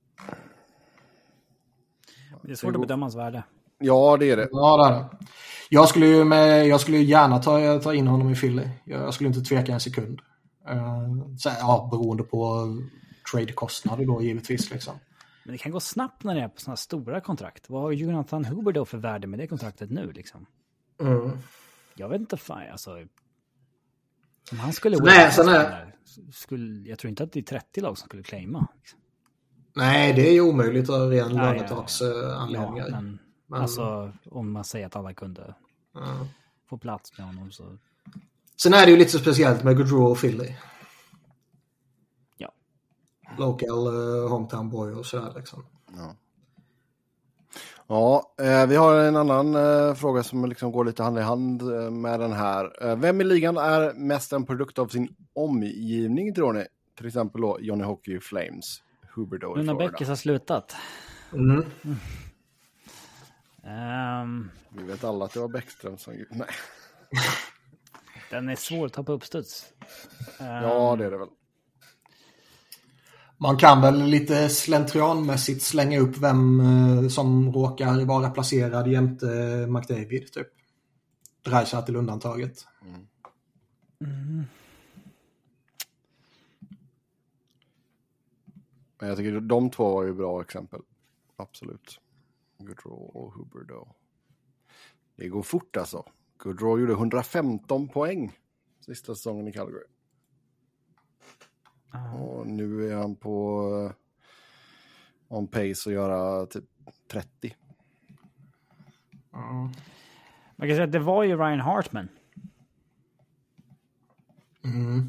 Det är svårt att bedöma hans värde. Ja, det är det. Ja, det är det. Jag skulle ju, med, jag skulle ju gärna ta, ta in honom i Philly. Jag skulle inte tveka en sekund. Uh, så, ja, beroende på trade-kostnader då givetvis. Liksom. Men det kan gå snabbt när det är på sådana stora kontrakt. Vad har Jonathan Huber då för värde med det kontraktet nu? Liksom? Mm. Jag vet inte fan. Alltså, om han skulle... Nej, sen är... skulle, jag tror inte att det är trettio lag som skulle claima. Liksom. Nej, det är ju omöjligt av ren lönetagsanledningar. Ja, men... Men... Alltså om man säger att alla kunde ja. få plats med honom så... Sen är det ju lite så speciellt med Gaudreau och Philly. Ja. Local uh, hometown boy och sådär liksom. Ja, ja eh, vi har en annan eh, fråga som liksom går lite hand i hand eh, med den här. Eh, vem i ligan är mest en produkt av sin omgivning tror ni? Till exempel då Johnny Hockey Flames. Huberdeau nu när Beckis har slutat. Mm. Mm. Um, Vi vet alla att det var Bäckström som... Nej. Den är svår att ta på uppstuds. Um, ja, det är det väl. Man kan väl lite slentrianmässigt slänga upp vem uh, som råkar vara placerad jämte uh, McDavid, typ. Dreisaitl till undantaget. Mm. Mm. Men jag tycker de två var ju bra exempel. Absolut. Gaudreau och Huberdeau. Det går fort alltså. Gaudreau gjorde hundrafemton poäng sista säsongen i Calgary. Uh. Och nu är han på uh, on pace att göra typ trettio. Uh. Man kan säga att det var ju Ryan Hartman. Mm.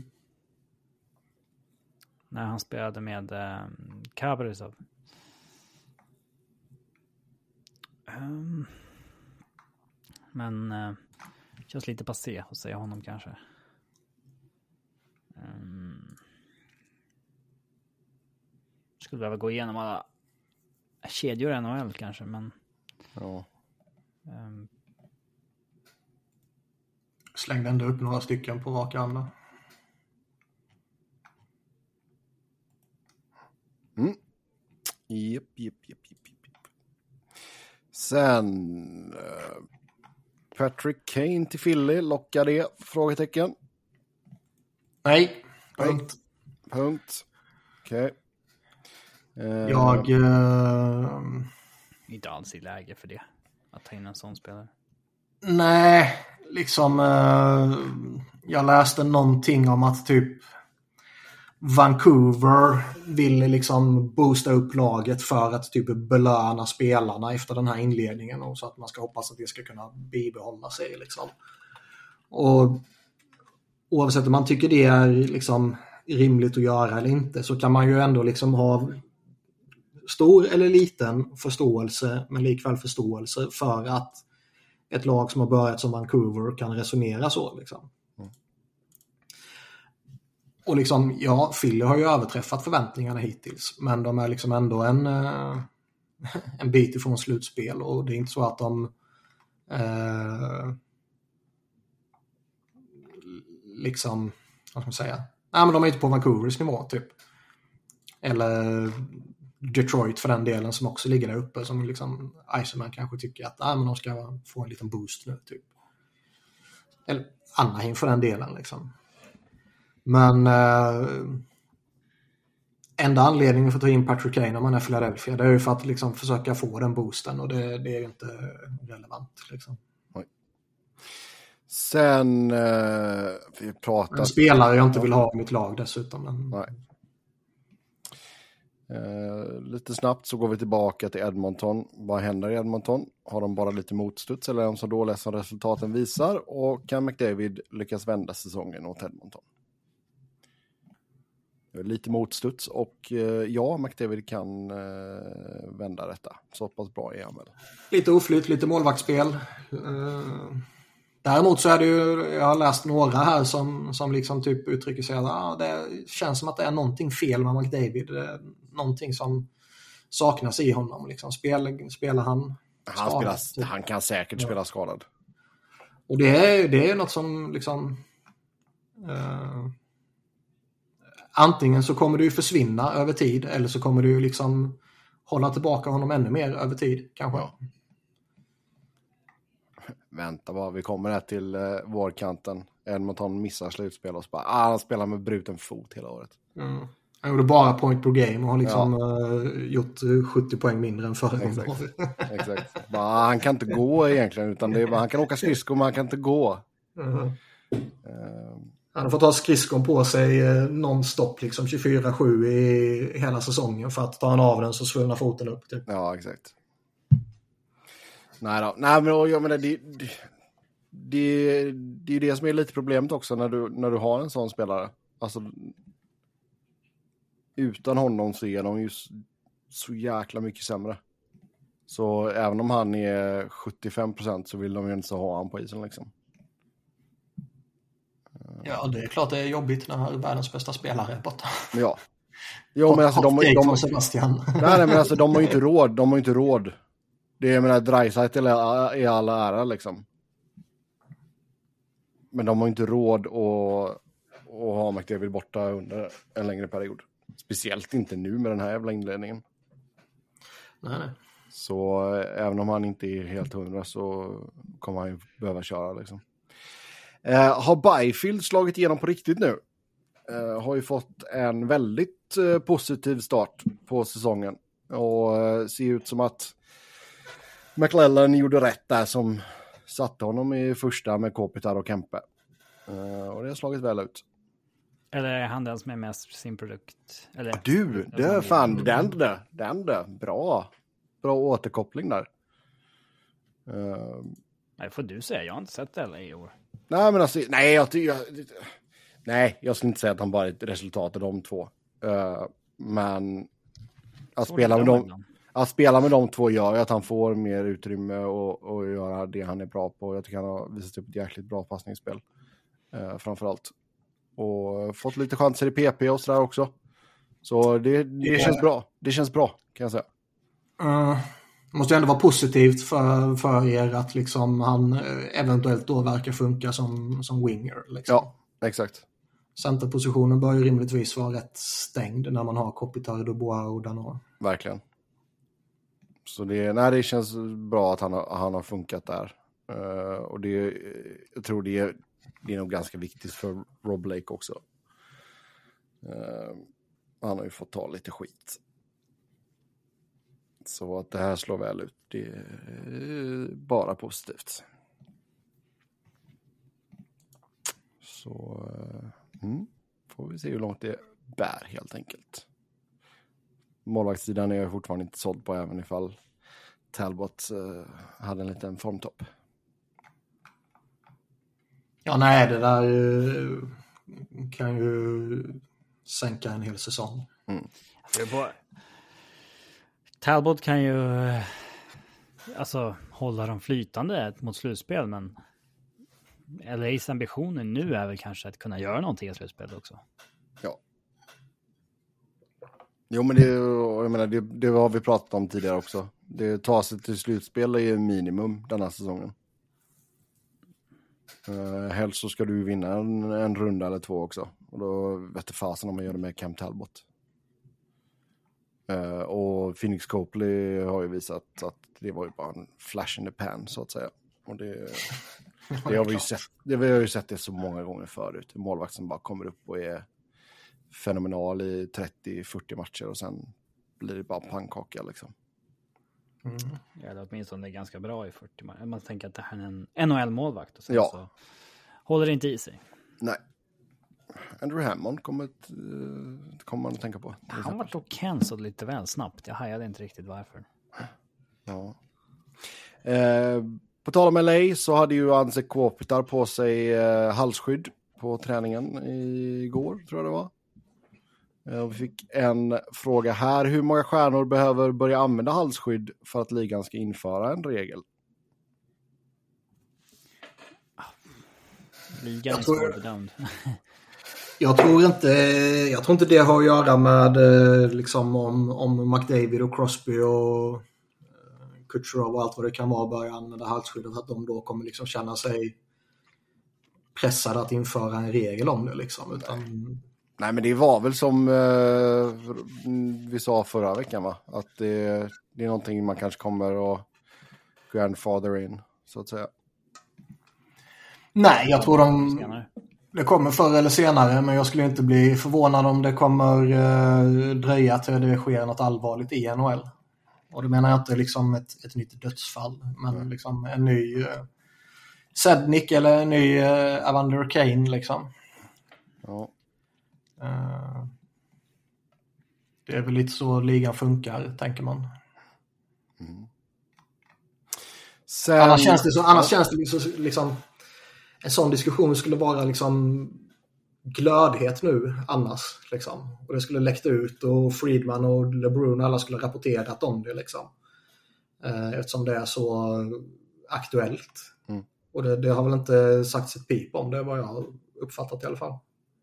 När han spelade med um, Kaprizov. Um, men uh, känns lite passé att säga honom kanske. Um, skulle behöva gå igenom alla kedjor i N H L kanske, men ja. Um, slängde ändå upp några stycken på raka andra. Mm. Japp, japp, japp, japp. Sen uh, Patrick Kane till Philly, lockar det? Frågetecken. Nej, punkt. Nej. Punkt. Okej. Okay. Uh, jag... Uh... Inte alls i läge för det. Att ta in en sån spelare. Nej, liksom... Uh, jag läste någonting om att typ Vancouver ville liksom boosta upp laget för att typ belöna spelarna efter den här inledningen och så att man ska hoppas att det ska kunna bibehålla sig liksom. Och oavsett om man tycker det är liksom rimligt att göra eller inte så kan man ju ändå liksom ha stor eller liten förståelse men likväl förståelse för att ett lag som har börjat som Vancouver kan resonera så liksom. Och liksom, ja, Philly har ju överträffat förväntningarna hittills. Men de är liksom ändå en, uh, en bit ifrån slutspel. Och det är inte så att de uh, liksom, vad ska man säga? Nej, men de är inte på Vancouvers nivå typ. Eller Detroit för den delen som också ligger där uppe, som liksom Iceman kanske tycker att nej, men de ska få en liten boost nu typ. Eller Anaheim för den delen liksom. Men eh, enda anledningen för att ta in Patrick Kane när man är Philadelphia, det är ju för att liksom försöka få den boosten, och det, det är ju inte relevant liksom. Oj. Sen eh, vi pratat... En spelare jag inte vill ha i mitt lag dessutom. Men... Nej. Eh, lite snabbt så går vi tillbaka till Edmonton. Vad händer i Edmonton? Har de bara lite motstuds eller är de så dåliga som resultaten visar? Och kan McDavid lyckas vända säsongen åt Edmonton? Lite motstuds och eh, ja, McDavid kan eh, vända detta. Så pass bra är han väl. Lite oflytt, lite målvaktsspel. Eh, däremot så är det ju, jag har läst några här som, som liksom typ uttrycker sig att ah, det känns som att det är någonting fel med McDavid. Det är någonting som saknas i honom. Liksom. Spel, spelar han han, skadad, spelar, typ. han kan säkert ja. spela skadad. Och det är, det är något som liksom... Eh, antingen så kommer du försvinna över tid, eller så kommer du liksom hålla tillbaka honom ännu mer över tid, kanske. Ja. Vänta bara, vi kommer här till eh, vårkanten. Edmonton missar slutspel och så bara, ah, han spelar med bruten fot hela året. Mm. Han gjorde bara point per game och har liksom ja. uh, gjort sjuttio poäng mindre än förra gången. Exakt. Exakt. Bara, han kan inte gå egentligen, utan det är bara, han kan åka skridskor men han kan inte gå. Mm. Uh, Han har fått ha skridskon på sig eh, non-stop liksom tjugofyra sju i hela säsongen, för att ta han av den så svullnar foten upp. Typ. Ja, exakt. Nej då. Nej, men jag menar, det, det, det, det är det som är lite problemet också när du, när du har en sån spelare. Alltså, utan honom så är de ju så jäkla mycket sämre. Så även om han är sjuttiofem procent så vill de ju inte så ha han på isen liksom. Ja, det är klart det är jobbigt när världens bästa spelare är borta. Ja. Jo, men alltså de, de, de Sebastian. Nej, nej, men alltså de har ju inte råd. De har ju inte råd. Det är, jag menar, Draisaitl är i alla ära liksom. Men de har ju inte råd att, att ha McDavid borta under en längre period. Speciellt inte nu med den här jävla inledningen. Nej, nej. Så även om han inte är helt hundra så kommer han ju behöva köra liksom. Uh, har Byfield slagit igenom på riktigt nu? Uh, har ju fått en väldigt uh, positiv start på säsongen. Och uh, ser ut som att McLellan gjorde rätt där som satte honom i första med Kopitar och Kempe. Uh, och det har slagit väl ut. Eller är han den som är mest sin produkt? Eller, du, det är fan den där. Den där. Bra. Bra återkoppling där. Uh, Nej, får du säga. Jag har inte sett det eller i år. Nej, men alltså, nej, jag, jag, nej, jag skulle inte säga att han bara är ett resultat av de två. Uh, men att spela, med dem, att spela med de två gör att han får mer utrymme och, och göra det han är bra på. Jag tycker han har visat upp ett jäkligt bra passningsspel. Uh, framförallt. Och fått lite chanser i P P och sådär också. Så det, det känns bra. Det känns bra, kan jag säga. Uh. Det måste ju ändå vara positivt för, för er att liksom han eventuellt då verkar funka som, som winger. Liksom. Ja, exakt. Centerpositionen bör ju rimligtvis vara rätt stängd när man har Kopitar, Dubois och Danault. Verkligen. Så det, nej, det känns bra att han har, han har funkat där. Uh, och det, jag tror det är, det är nog ganska viktigt för Rob Blake också. Uh, han har ju fått ta lite skit. Så att det här slår väl ut, det är bara positivt. Så mm, får vi se hur långt det bär helt enkelt. Målvaktssidan är jag fortfarande inte såld på, även ifall Talbot uh, hade en liten formtopp. Ja, nej, det där uh, kan ju sänka en hel säsong. Mm. Talbot kan ju alltså hålla dem flytande mot slutspel, men L A's ambitioner nu är väl kanske att kunna göra någonting i slutspelet också. Ja. Jo, men det, jag menar, det, det har vi pratat om tidigare också. Det tar sig till slutspel är ju minimum den här säsongen. Uh, helst så ska du vinna en, en runda eller två också. Och då vet jag fasen om man gör det med Cam Talbot. Uh, och Phoenix Copley har ju visat att det var ju bara en flash in the pan så att säga. Och det, det har vi ju sett, det vi har ju sett det så många gånger förut. En målvakt som bara kommer upp och är fenomenal i trettio fyrtio matcher och sen blir det bara pannkaka liksom. Mm. Ja, det är åtminstone ganska bra i fyrtio matcher. Man tänker att det här är en N H L-målvakt och sen ja. så håller det inte i sig. Nej. Andrew Hammond kommer, ett, kommer man att tänka på. Han var dock cancelled lite väl snabbt. Jag hajade inte riktigt varför. Ja. Eh, på tal om L A så hade ju Anze Kopitar på sig eh, halsskydd på träningen igår, tror jag det var. Eh, vi fick en fråga här. Hur många stjärnor behöver börja använda halsskydd för att ligan ska införa en regel? Ligan är svårbedömd. Jag tror inte, jag tror inte det har att göra med liksom om, om McDavid och Crosby och Kucherov och allt vad det kan vara börjar använda halsskyddet, att de då kommer liksom känna sig pressade att införa en regel om det liksom. Utan... Nej, men det var väl som eh, vi sa förra veckan, va? Att det, det är någonting man kanske kommer att grandfather in, så att säga. Nej, jag tror de... Det kommer förr eller senare, men jag skulle inte bli förvånad om det kommer eh, dröja till det sker något allvarligt i N H L. Och det menar jag inte liksom ett, ett nytt dödsfall, men mm. liksom en ny eh, Sednik eller en ny eh, Evander Kane liksom. Ja. Eh, det är väl lite så ligan funkar, tänker man. Mm. Sen... Annars känns det så, annars känns det liksom, liksom en sån diskussion skulle vara liksom glödhet nu annars liksom. Och det skulle läckt ut och Friedman och LeBrun alla skulle rapporterat om det liksom. Eh, eftersom det är så aktuellt. Mm. Och det, det har väl inte sagts ett pip om det, vad jag har uppfattat i alla fall.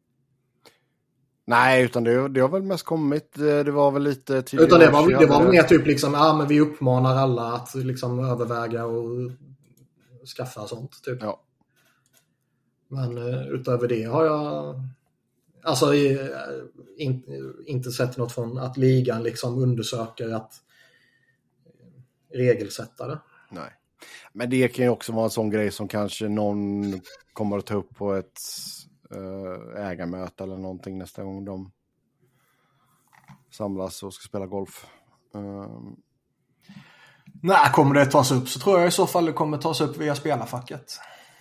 Nej, utan det, det har väl mest kommit, det var väl lite tydligt. Utan det var, det var mer typ liksom, ja men vi uppmanar alla att liksom överväga och skaffa sånt typ. Ja. Men uh, utöver det har jag alltså uh, in, uh, inte sett något från att ligan liksom undersöker att uh, regelsätta det. Nej. Men det kan ju också vara en sån grej som kanske någon kommer att ta upp på ett uh, ägarmöte eller någonting nästa gång de samlas och ska spela golf. Um... Nej, kommer det tas upp så tror jag i så fall det kommer tas upp via spelarfacket.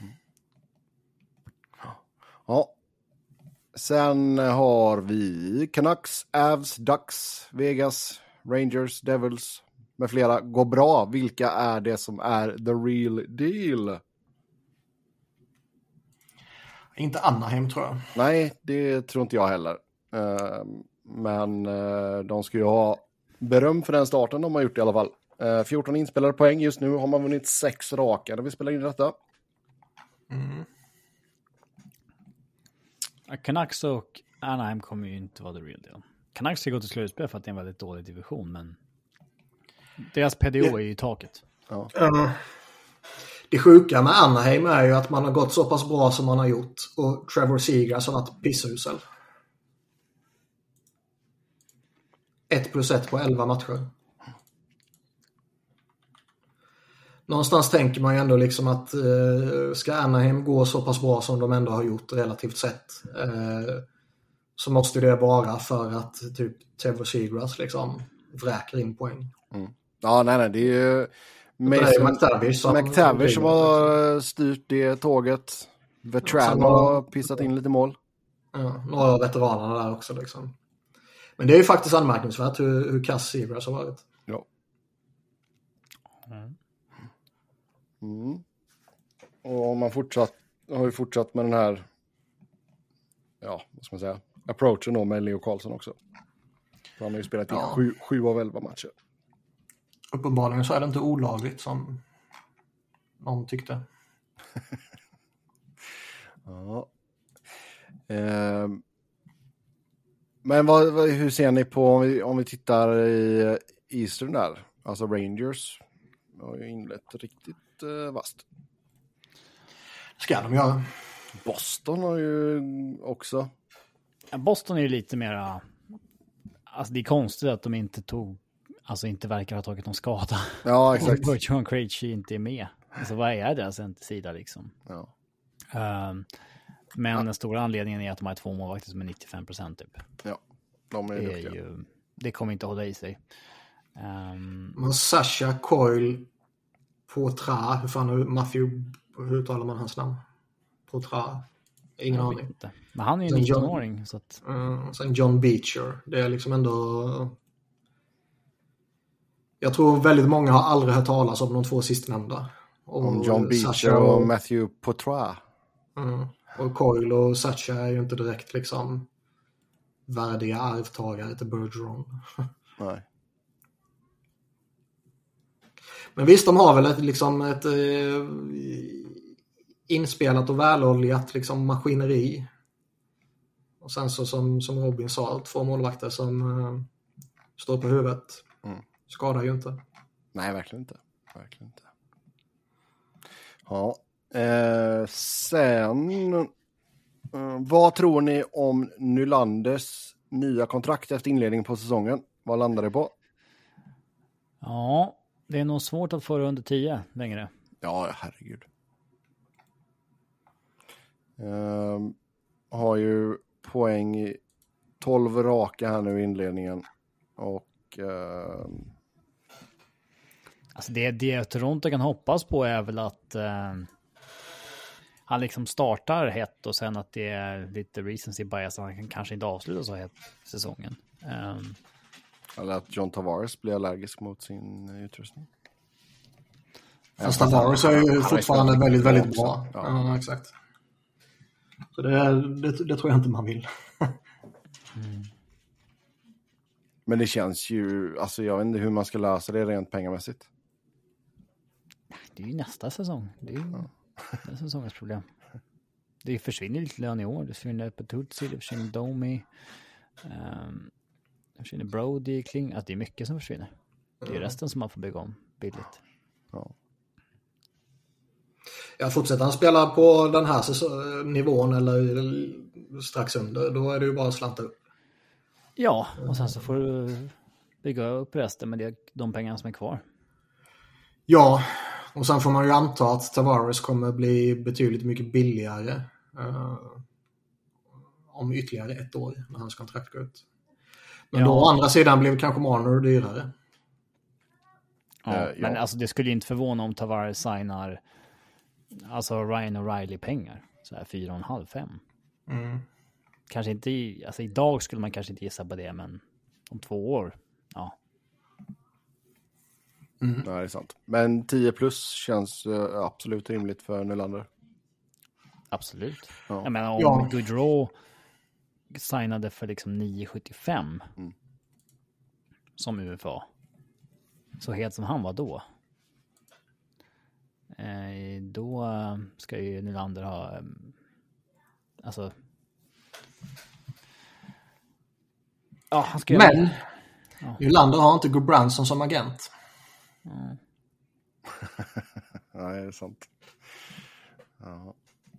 Ja. Sen har vi Canucks, Avs, Ducks, Vegas, Rangers, Devils med flera. Går bra. Vilka är det som är the real deal? Inte Anaheim tror jag. Nej, det tror inte jag heller. Men de ska ju ha beröm för den starten de har gjort i alla fall. fjorton inspelade poäng. Just nu har man vunnit sex raka när vi spelar in detta. Mm. Canucks och Anaheim kommer ju inte vara the real deal. Canucks ska gå till slutspel för att det är en väldigt dålig division, men deras P D O är ju i taket. Ja. Uh, det sjuka med Anaheim är ju att man har gått så pass bra som man har gjort och Trevor Seagrass har varit pisshusel. ett plus ett på elva matcher. Någonstans tänker man ju ändå liksom att eh, ska Anaheim gå så pass bra som de ändå har gjort relativt sett eh, så måste det vara för att typ Trevor Seagrass liksom vräker in poäng. Mm. Ja, nej, nej, det är ju Mason McTavish som, McTavish som har styrt det tåget. Vetran har pissat in lite mål. Ja, några av veteranerna där också liksom. Men det är ju faktiskt anmärkningsvärt hur, hur kass Seagrass har varit. Ja. Mm. Mm. Och man fortsatt, har ju fortsatt med den här, ja, vad ska man säga, approachen då med Leo Carlsson också. För han har ju spelat in ja. sju, sju av elva matcher. Uppenbarligen så är det inte olagligt som någon tyckte. Ja. Eh, men vad, vad, hur ser ni på om vi, om vi tittar i Eastern där? Alltså Rangers har ju inlett riktigt eh, vast. Ska de göra? Boston har ju också Boston är ju lite mera... Alltså det är konstigt att de inte tog... Alltså inte verkar ha tagit någon skada. Ja, exakt. Och John Krejci inte är med. Alltså vad är deras sida liksom? Ja. Um, men ja. Den stora anledningen är att de har två målvakter som är nittiofem procent typ. Ja, de är, det är ju, det kommer inte hålla i sig. Um, Men Sasha Coyle Poitras, hur fan Matthew, hur talar man hans namn? Poitras. Ingen aning. Inte. Men han är ju en nittonåring. Så att... uh, sen John Beecher. Det är liksom ändå... Jag tror väldigt många har aldrig hört talas om de två sistnämnda. Om John Beecher och, och Matthew Poitras. Mm. Och Coyle och Sasha är ju inte direkt liksom värdiga arvtagare till Bergeron. Nej. Men visst, de har väl ett, liksom ett eh, inspelat och väloljat liksom maskineri. Och sen så som, som Robin sa, två målvakter som eh, står på huvudet. Mm. Skadar ju inte. Nej, verkligen inte. Verkligen inte. Ja. Eh, sen, eh, vad tror ni om Nylanders nya kontrakt efter inledningen på säsongen? Vad landar det på? Ja, det är nog svårt att få det under tio längre. Ja, herregud. Eh, har ju poäng i tolv raka här nu i inledningen. Och... Eh, Alltså det, det Toronto kan hoppas på är väl att eh, han liksom startar hett och sen att det är lite recency bias att han kan kanske inte avsluta så hett säsongen. Um, Eller att John Tavares blir allergisk mot sin utrustning. Fast Tavares är ju fortfarande väldigt, väldigt bra. Ja. Ja, exakt. Så det, det, det tror jag inte man vill. mm. Men det känns ju, alltså jag vet inte hur man ska lösa det rent pengamässigt. Det är ju nästa säsong. Det är ju ja. Den säsongens problem. Det försvinner lite lön i år. Det försvinner Petuzzi, det försvinner Domi. Um, det försvinner Brody, Kling. Alltså det är mycket som försvinner. Det är mm. resten som man får bygga om billigt. Ja. Jag fortsätter han spela på den här säsong- nivån eller strax under, då är det ju bara att slanta upp. Ja, och sen så får du bygga upp resten med det, de pengarna som är kvar. Ja, och sen får man ju anta att Tavares kommer bli betydligt mycket billigare uh, om ytterligare ett år när hans kontrakt går ut. Men ja. Då å andra sidan blev kanske Marner dyrare. Ja, uh, men ja. Alltså det skulle inte förvåna om Tavares signar alltså Ryan O'Reilly pengar. Så här fyra och en halv, fem. Mm. Kanske inte i, alltså idag skulle man kanske inte gissa på det, men om två år, ja. Mm. Ja, det är sant. Men tio plus känns uh, absolut rimligt för Nylander. Absolut. Ja. Jag menar om ja. Gaudreau signade för liksom nio sjuttiofem mm. som U F A. Så helt som han var då. Eh, då ska ju Nylander ha eh, alltså ja, han ska Men göra... ja. Nylander har inte Goodbranson som agent. Mm. Nej, det är sant. Ja,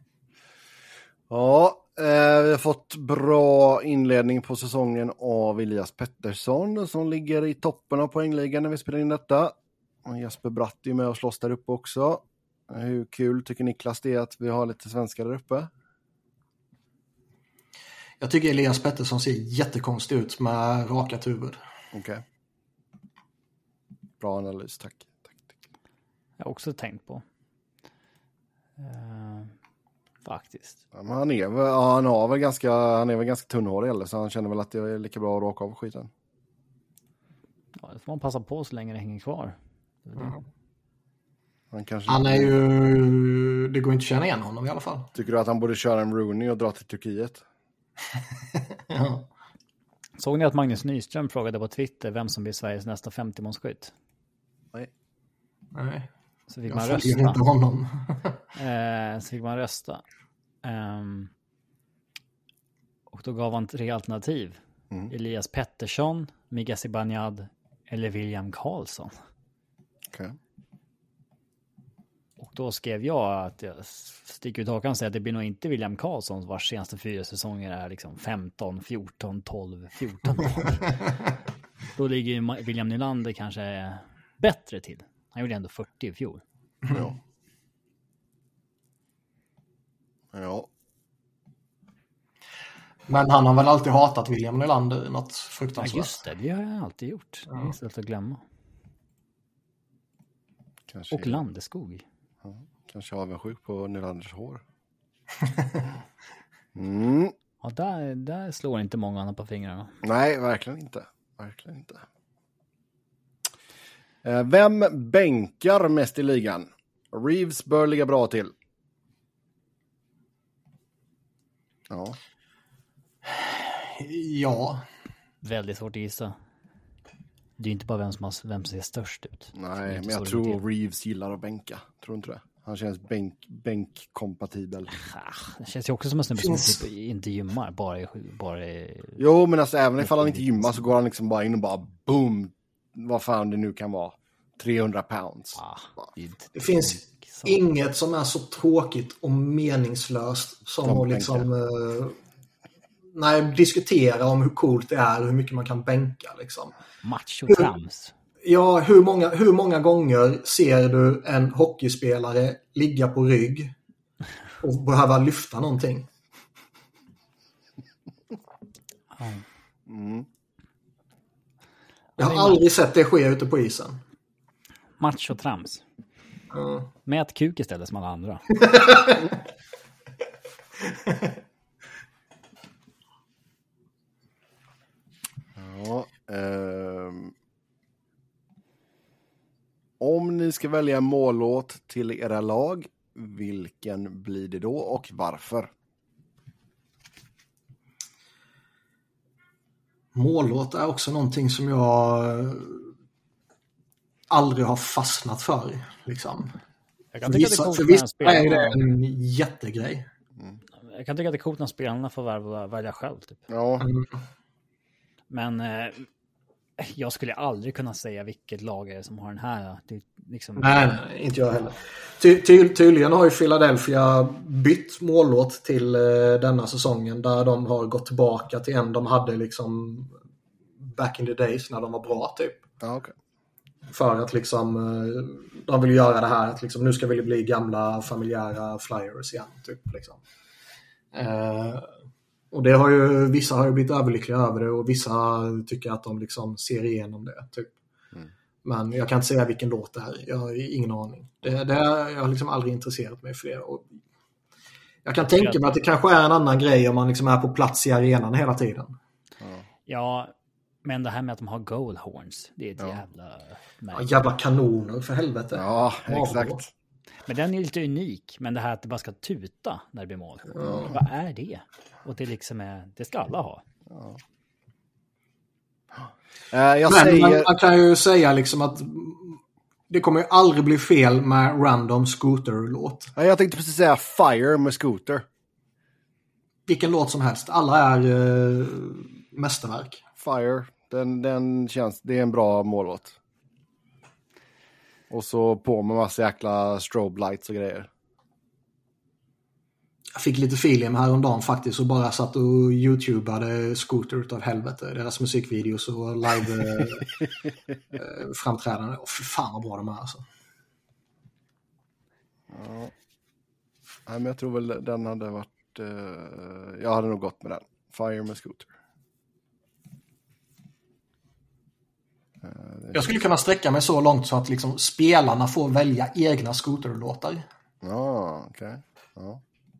ja eh, vi har fått bra inledning på säsongen av Elias Pettersson som ligger i toppen av poängligan när vi spelar in detta. Och Jesper Bratt är med och slåss där uppe också. Hur kul tycker Niklas det är att vi har lite svenskar där uppe? Jag tycker Elias Pettersson ser jättekonstig ut med rakat huvud. Okej. Okay. Bra analys, tack. tack, tack. Jag har också tänkt på. Uh, faktiskt. Ja, men han är väl, ja, han har väl ganska, han är väl ganska tunnhårig eller så han känner väl att det är lika bra att raka av skiten. Ja, det får man passa på så länge det hänger kvar. Mm. Han, kanske han är ju, det går inte att känna igen honom i alla fall. Tycker du att han borde köra en Rooney och dra till Turkiet? Ja. Såg ni att Magnus Nyström frågade på Twitter vem som blir Sveriges nästa femtio-målsskytt? Nej. Nej. Så fick jag man rösta. Inte honom. eh, så fick man rösta. Um, och då gav han tre alternativ. Mm. Elias Pettersson, Mika Zibanejad eller William Karlsson. Okej. Okay. Då skrev jag att jag sticker ut hakan och säger att det blir nog inte William Karlsson vars senaste fyra säsonger är liksom femton, fjorton, tolv, fjorton. Då ligger ju William Nylander kanske bättre till. Han gjorde ändå fyrtio i fjol. Ja. Ja. Men han har väl alltid hatat William Nylander något fruktansvärt. Ja, just det. Det har jag alltid gjort. Det är ja. Istället att glömma. Kanske och Landeskog. Ja, kanske avundsjuk på Nylanders hår. Mm. Ja, där, där slår inte många andra på fingrarna. Nej, verkligen inte. Verkligen inte. Vem bänkar mest i ligan? Reeves bör ligga bra till. Ja. Ja. Väldigt svårt att gissa. Det är inte bara vem som, har, vem som ser störst ut. Nej, men jag tror till. Reeves gillar att bänka. Tror inte det? Han känns bänk, bänkkompatibel. Det känns ju också som en snubbe som typ inte gymmar. Bara, bara... Jo, men alltså även ifall han inte gymmar så går han liksom bara in och bara boom. Vad fan det nu kan vara. trehundra pounds. Ah, det, det finns så. Inget som är så tråkigt och meningslöst som att liksom... Uh, nej, diskutera om hur coolt det är och hur mycket man kan bänka liksom. Macho trams. Ja, hur många, hur många gånger ser du en hockeyspelare ligga på rygg och behöva lyfta någonting? Mm. Jag har aldrig sett det ske ute på isen. Macho trams. Mm. Mät kuk istället som alla andra. Ja, um... om ni ska välja en mållåt till era lag, vilken blir det då och varför? Mållåt är också någonting som jag aldrig har fastnat för. Liksom. Jag kan för vissa, det för vissa är det en jättegrej. Mm. Jag kan tycka att det är coolt när spelarna får välja själv. Typ. Ja. Mm. Men eh, jag skulle aldrig kunna säga vilket lag är som har den här. Det, liksom... nej, nej, inte jag heller. Ty, ty, tydligen har ju Philadelphia bytt mållåt till eh, denna säsongen där de har gått tillbaka till en de hade liksom back in the days när de var bra typ. Ja, okay. För att liksom eh, de vill göra det här att liksom, nu ska vi bli gamla familjära Flyers igen typ liksom. Eh, och det har ju, vissa har ju blivit överlyckliga över det och vissa tycker att de liksom ser igenom det typ. Mm. Men jag kan inte säga vilken låt det är. Jag har ingen aning. Det, det är, jag har liksom aldrig intresserat mig för det. Och jag kan tänka mig att det kanske är en annan grej om man liksom är på plats i arenan hela tiden. Ja, ja men det här med att de har goal horns, det är ett ja. jävla... Ja, jävla kanoner för helvete. Ja, exakt. Men den är lite unik, men det här att det bara ska tuta när det blir mål. Ja. Vad är det? Och det liksom är, det ska alla ha. Ja. Uh, jag men säger... man, man kan ju säga liksom att det kommer ju aldrig bli fel med random Scooter-låt. Ja, jag tänkte precis säga Fire med Scooter. Vilken låt som helst. Alla är uh, mästerverk. Fire, den, den känns, det är en bra mållåt. Och så på med massa jäkla strobe lights och grejer. Jag fick lite feeling häromdagen faktiskt och bara satt och YouTubade Scooter utav helvete. Deras musikvideos och live eh, framträdande. Och för fan vad bra de är alltså. Ja. Nej, men jag tror väl den hade varit... Eh, jag hade nog gått med den. Fire med Scooter. Jag skulle kunna sträcka mig så långt så att liksom spelarna får välja egna Scooter-låtar. Ja, okej. Okay. Ja.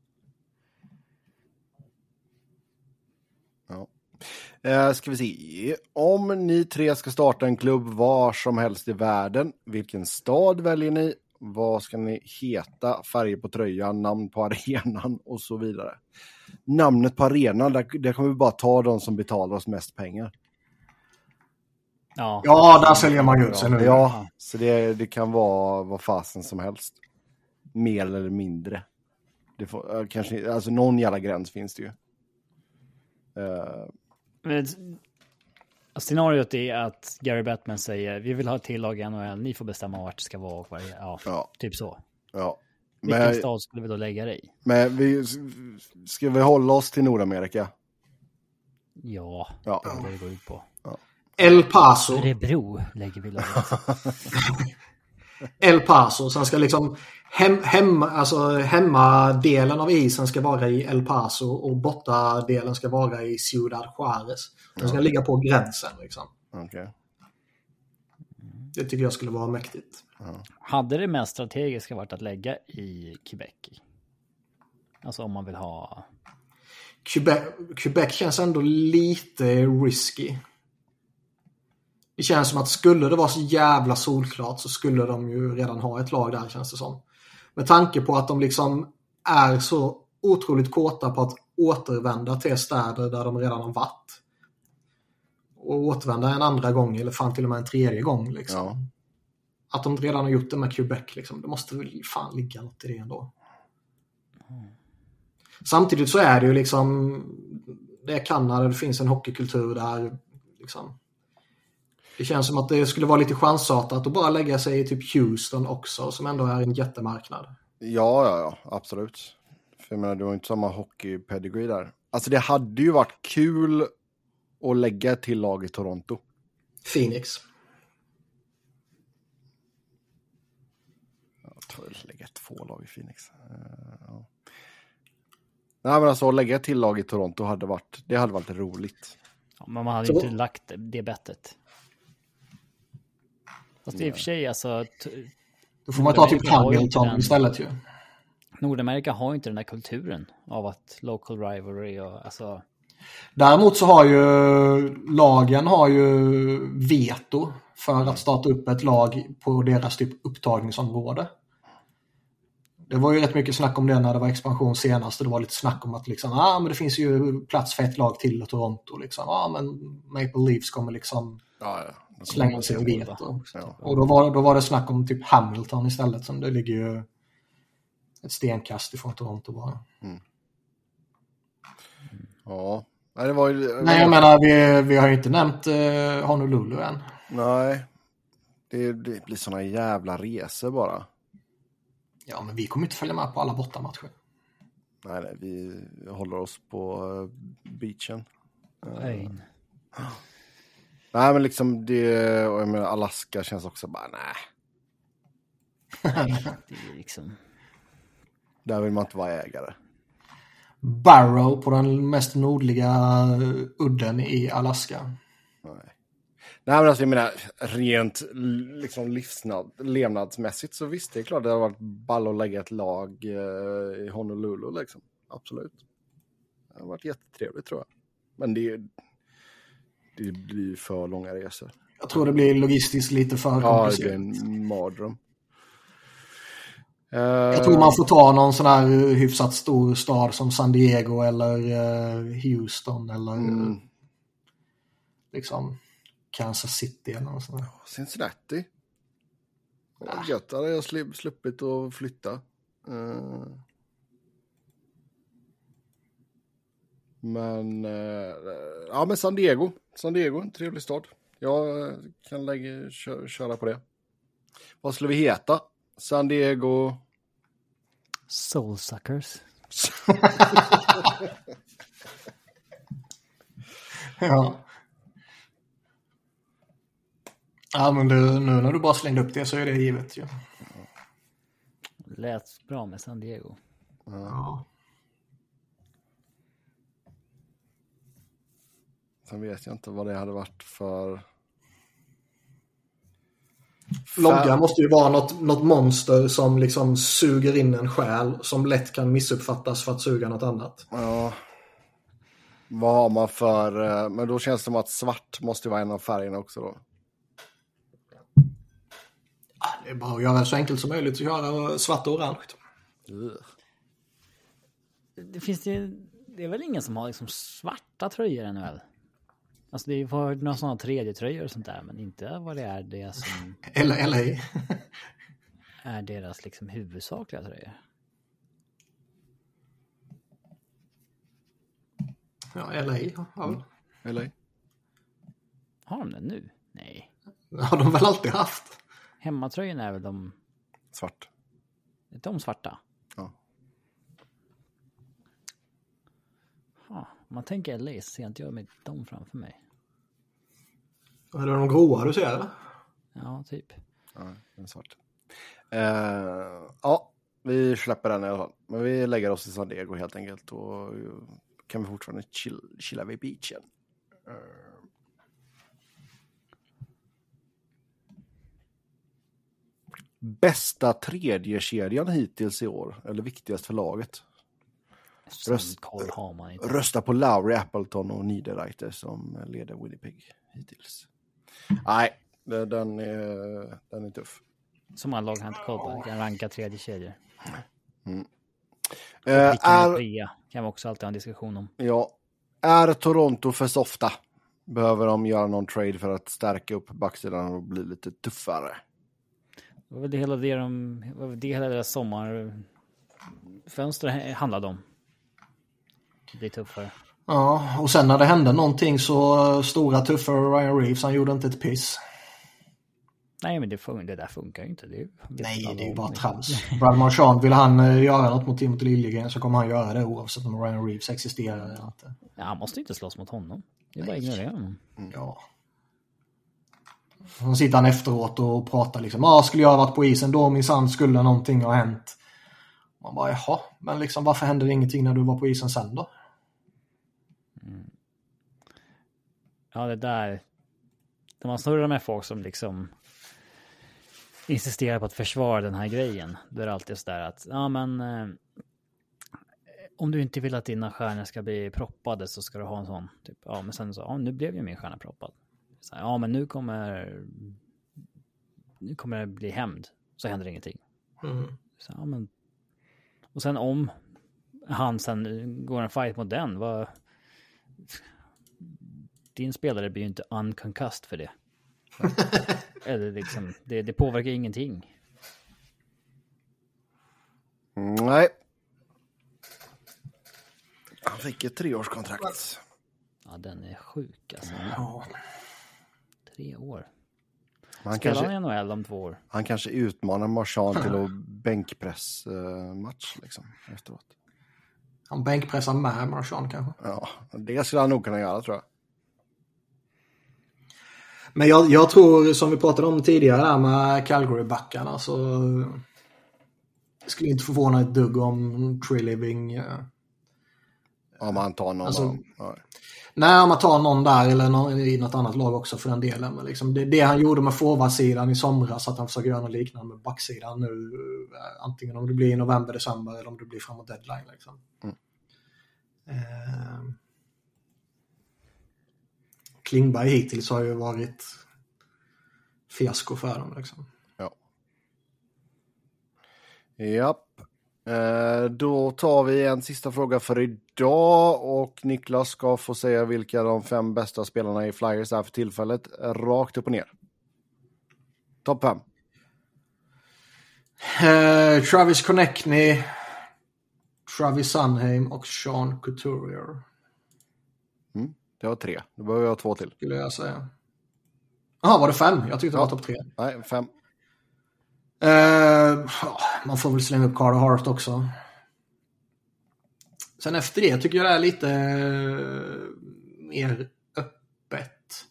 Ja. Eh, ska vi se. Om ni tre ska starta en klubb var som helst i världen, vilken stad väljer ni? Vad ska ni heta? Färger på tröjan, namn på arenan och så vidare. Namnet på arenan, där, där kommer vi bara ta de som betalar oss mest pengar. Ja, ja där säljer man ut sig nu. Ja, så det, det kan vara vad fasen som helst. Mer eller mindre. Det får, kanske, alltså någon jävla gräns finns det ju. Uh. Men, scenariot är att Gary Bettman säger vi vill ha ett till lag i N H L, ni får bestämma vart det ska vara och varje, ja, ja, typ så. Ja. Vilken Men, stad skulle vi då lägga det i? men vi, ska vi hålla oss till Nordamerika? Ja, Ja. det är det det går ut på. Ja. El Paso. Örebro lägger vi laget. El Paso. Sen ska liksom hem, hemma, alltså hemmadelen av isen ska vara i El Paso och bortadelen ska vara i Ciudad Juárez. Den ska ja. ligga på gränsen liksom. Okay. Det tycker jag skulle vara mäktigt. Ja. Hade det mest strategiska varit att lägga i Quebec? Alltså om man vill ha... Quebec, Quebec känns ändå lite risky. Det känns som att skulle det vara så jävla solklart så skulle de ju redan ha ett lag där, känns det som. Med tanke på att de liksom är så otroligt kåta på att återvända till städer där de redan har varit. Och återvända en andra gång eller fan till och med en tredje gång liksom. Ja. Att de redan har gjort det med Quebec liksom. Det måste väl fan ligga något i det ändå. Mm. Samtidigt så är det ju liksom det är Kanada, det finns en hockeykultur där liksom. Det känns som att det skulle vara lite chansartat att bara lägga sig i typ Houston också, som ändå är en jättemarknad. Ja, ja, ja, absolut. För jag menar, det var inte samma hockey-pedigree där. Alltså det hade ju varit kul att lägga till lag i Toronto. Phoenix. Jag tror jag lägga två lag i Phoenix. Uh, ja. Nej, men alltså att lägga till lag i Toronto hade varit, det hade varit roligt. Ja, men man hade så... inte lagt det, det bettet. Fast i och för sig, alltså... T- Då får man ta typ Hamilton istället ju. Nordamerika har ju inte den där kulturen av att local rivalry och alltså... Däremot så har ju lagen har ju veto för att starta upp ett lag på deras typ upptagningsområde. Det var ju rätt mycket snack om det när det var expansion senast. Det var lite snack om att liksom, ah, men det finns ju plats för ett lag till i Toronto. Liksom. Ah, men Maple Leafs kommer liksom ja, ja. slänga sig veto. Ja. Och då var, då var det snack om typ Hamilton istället. Som det ligger ju ett stenkast ifrån Toronto bara. Mm. Ja. Nej, det var ju... Nej, jag menar, vi, vi har ju inte nämnt uh, Honolulu än. Nej. Det, det blir såna jävla resor bara. Ja, men vi kommer inte följa med på alla bortamatcher. Nej, nej, vi håller oss på uh, beachen. Nej. Uh, nej, men liksom det, och jag menar, Alaska känns också bara, nej. Det är liksom... Där vill man inte vara ägare. Barrow på den mest nordliga udden i Alaska. Nej. Nej, men alltså jag menar, rent liksom livsnad, levnadsmässigt så visst, det är klart det har varit ball att lägga ett lag eh, i Honolulu liksom. Absolut. Det har varit jättetrevligt tror jag. Men det, det blir för långa resor. Jag tror det blir logistiskt lite för komplicerat. Ja, det är en mardröm. Jag tror man får ta någon sån här hyfsat stor stad som San Diego eller Houston eller mm. liksom Kansas City eller något sånt där. Cincinnati. Ja, gött, där har jag sluppit att flytta. Uh, men uh, ja, men San Diego. San Diego, en trevlig stad. Jag kan lägga, kö- köra på det. Vad skulle vi heta? San Diego... Soul Suckers. Ja. Ja, men du, nu när du bara slängde upp det så är det givet ju. Lät bra med San Diego. Ja. Sen vet jag inte vad det hade varit för... Logga måste ju vara något, något monster som liksom suger in en själ som lätt kan missuppfattas för att suga något annat. Ja. Vad har man för... Men då känns det som att svart måste vara en av färgerna också då. Det är bara att göra det så enkelt som möjligt att göra svart och orange. Det finns ju... Det är väl ingen som har liksom svarta tröjor ännu väl? Alltså det var några sådana tredje tröjor och sånt där, men inte vad det är det som... Eller L A. är deras liksom huvudsakliga tröjor. Ja, L A. Ja. Mm. L A. Har de den nu? Nej. Har de väl alltid haft? Hemmatröjorna är väl de... Svart. Är de svarta? Ja. Ja, om man tänker L A så ser inte jag med dem framför mig. Är det de gråa du ser eller? Ja, typ. Ja, en svart. Uh, ja, vi släpper den i alla fall. Men vi lägger oss i San Diego helt enkelt. Och kan vi fortfarande chill, chilla vid beachen. Uh. Bästa tredje kedjan hittills i år. Eller viktigast för laget. Röst, har man inte. Rösta på Lowry, Appleton och Niederreiter som leder Winnipeg hittills. Nej, den är, den är tuff. Så många lag har inte koll på. Kan ranka tredje kedjor. Mm. Uh, är trea kan vi också alltid ha en diskussion om. Ja. Är Toronto för softa? Behöver de göra någon trade för att stärka upp backsidan och bli lite tuffare? Det var väl det hela det de, det hela deras sommarfönster handlade om. Det blir tuffare. Ja, och sen när det hände någonting så stora tuffare Ryan Reeves, han gjorde inte ett piss. Nej, men det, fun- det där funkar ju inte. Det är, Nej, det är ju bara trams. Brad Marchand, vill han uh, göra något mot Timothy Liljegren så kommer han göra det oavsett om Ryan Reeves existerar eller inte. Ja, han måste inte slåss mot honom. Det är bara att ignorera honom. Mm. Ja. Så sitter han efteråt och pratar liksom, ja, ah, skulle jag ha varit på isen då minsann skulle någonting ha hänt. Man bara, jaha, men liksom varför hände det ingenting när du var på isen sen då? Mm. Ja, det där, när man snurrar med folk som liksom insisterar på att försvara den här grejen, då är det alltid så där att, ja men eh, om du inte vill att dina stjärnor ska bli proppade så ska du ha en sån, typ, ja men sen så, ja nu blev ju min stjärna proppad. Så, ja men nu kommer nu kommer det bli hämnd, så händer ingenting. Mm. Så, ja, men, och sen om han sen går en fight mot den, vad, din spelare blir ju inte unconcussed för det. Eller liksom, det, det påverkar ingenting. Nej. Han fick ett treårskontrakt. Ja, den är sjuk alltså. Ja. Tre år. Han Spelar kanske, han i N H L om två år? han kanske utmanar Marchand till att bänkpress-match liksom, efteråt. Han bänkpressar med Marchand kanske. Ja, det skulle han nog kunna göra tror jag. Men jag, jag tror, som vi pratade om tidigare där med Calgary-backarna, så skulle inte förvåna ett dugg om Treliving. Om man tar någon alltså, av dem. Ja. Nej, om man tar någon där eller någon, i något annat lag också för den delen. Men liksom det, det han gjorde med forwardsidan i somras, att han försöker göra något liknande med backsidan nu. Antingen om det blir i november, december eller om det blir framåt deadline. Liksom. Mm. Eh, Klingberg hittills har ju varit fiasko för dem. Liksom. Ja. Japp. Eh, då tar vi en sista fråga för idag och Niklas ska få säga vilka de fem bästa spelarna i Flyers är för tillfället, rakt upp och ner. Topp fem. Eh, Travis Konechny, Travis Sunheim och Sean Couturier. Mm, det var tre. Då behöver jag ha två till. Skulle jag säga. Jaha, var det fem? Jag tyckte det ja. var topp tre. Nej, fem. Uh, man får väl slänga upp Carter Hart också. Sen efter det tycker jag det är lite uh, mer öppet.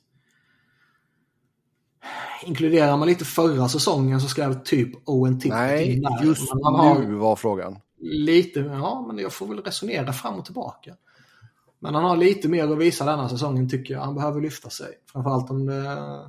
Inkluderar man lite förra säsongen så ska jag typ Owen Tippett Nej, in där. just man har nu var frågan. Lite, ja, men jag får väl resonera fram och tillbaka. Men han har lite mer att visa denna säsongen tycker jag. Han behöver lyfta sig. Framförallt om det...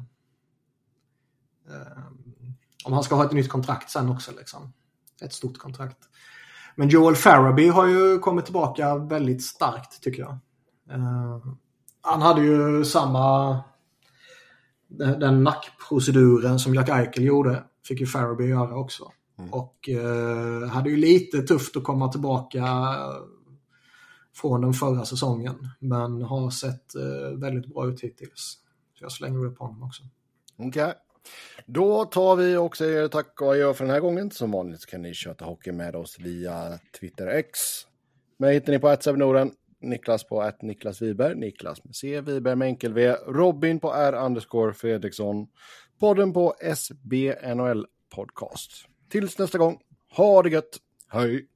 Uh, Om han ska ha ett nytt kontrakt sen också. Liksom. Ett stort kontrakt. Men Joel Farabee har ju kommit tillbaka väldigt starkt tycker jag. Uh, han hade ju samma... Den, den nackproceduren som Jack Eichel gjorde. Fick ju Farabee göra också. Mm. Och uh, hade ju lite tufft att komma tillbaka från den förra säsongen. Men har sett uh, väldigt bra ut hittills. Så jag slänger upp honom också. Okej. Okay. Då tar vi och säger tack och adjö för den här gången. Som vanligt kan ni köta hockey med oss via Twitter X. Mig hittar ni på at Norden, Niklas på at Niklas Wiberg, Niklas med C, Wiberg med enkel V, Robin på R underscore Fredriksson, podden på S B N H L podcast. Tills nästa gång, Ha det gött. Hej.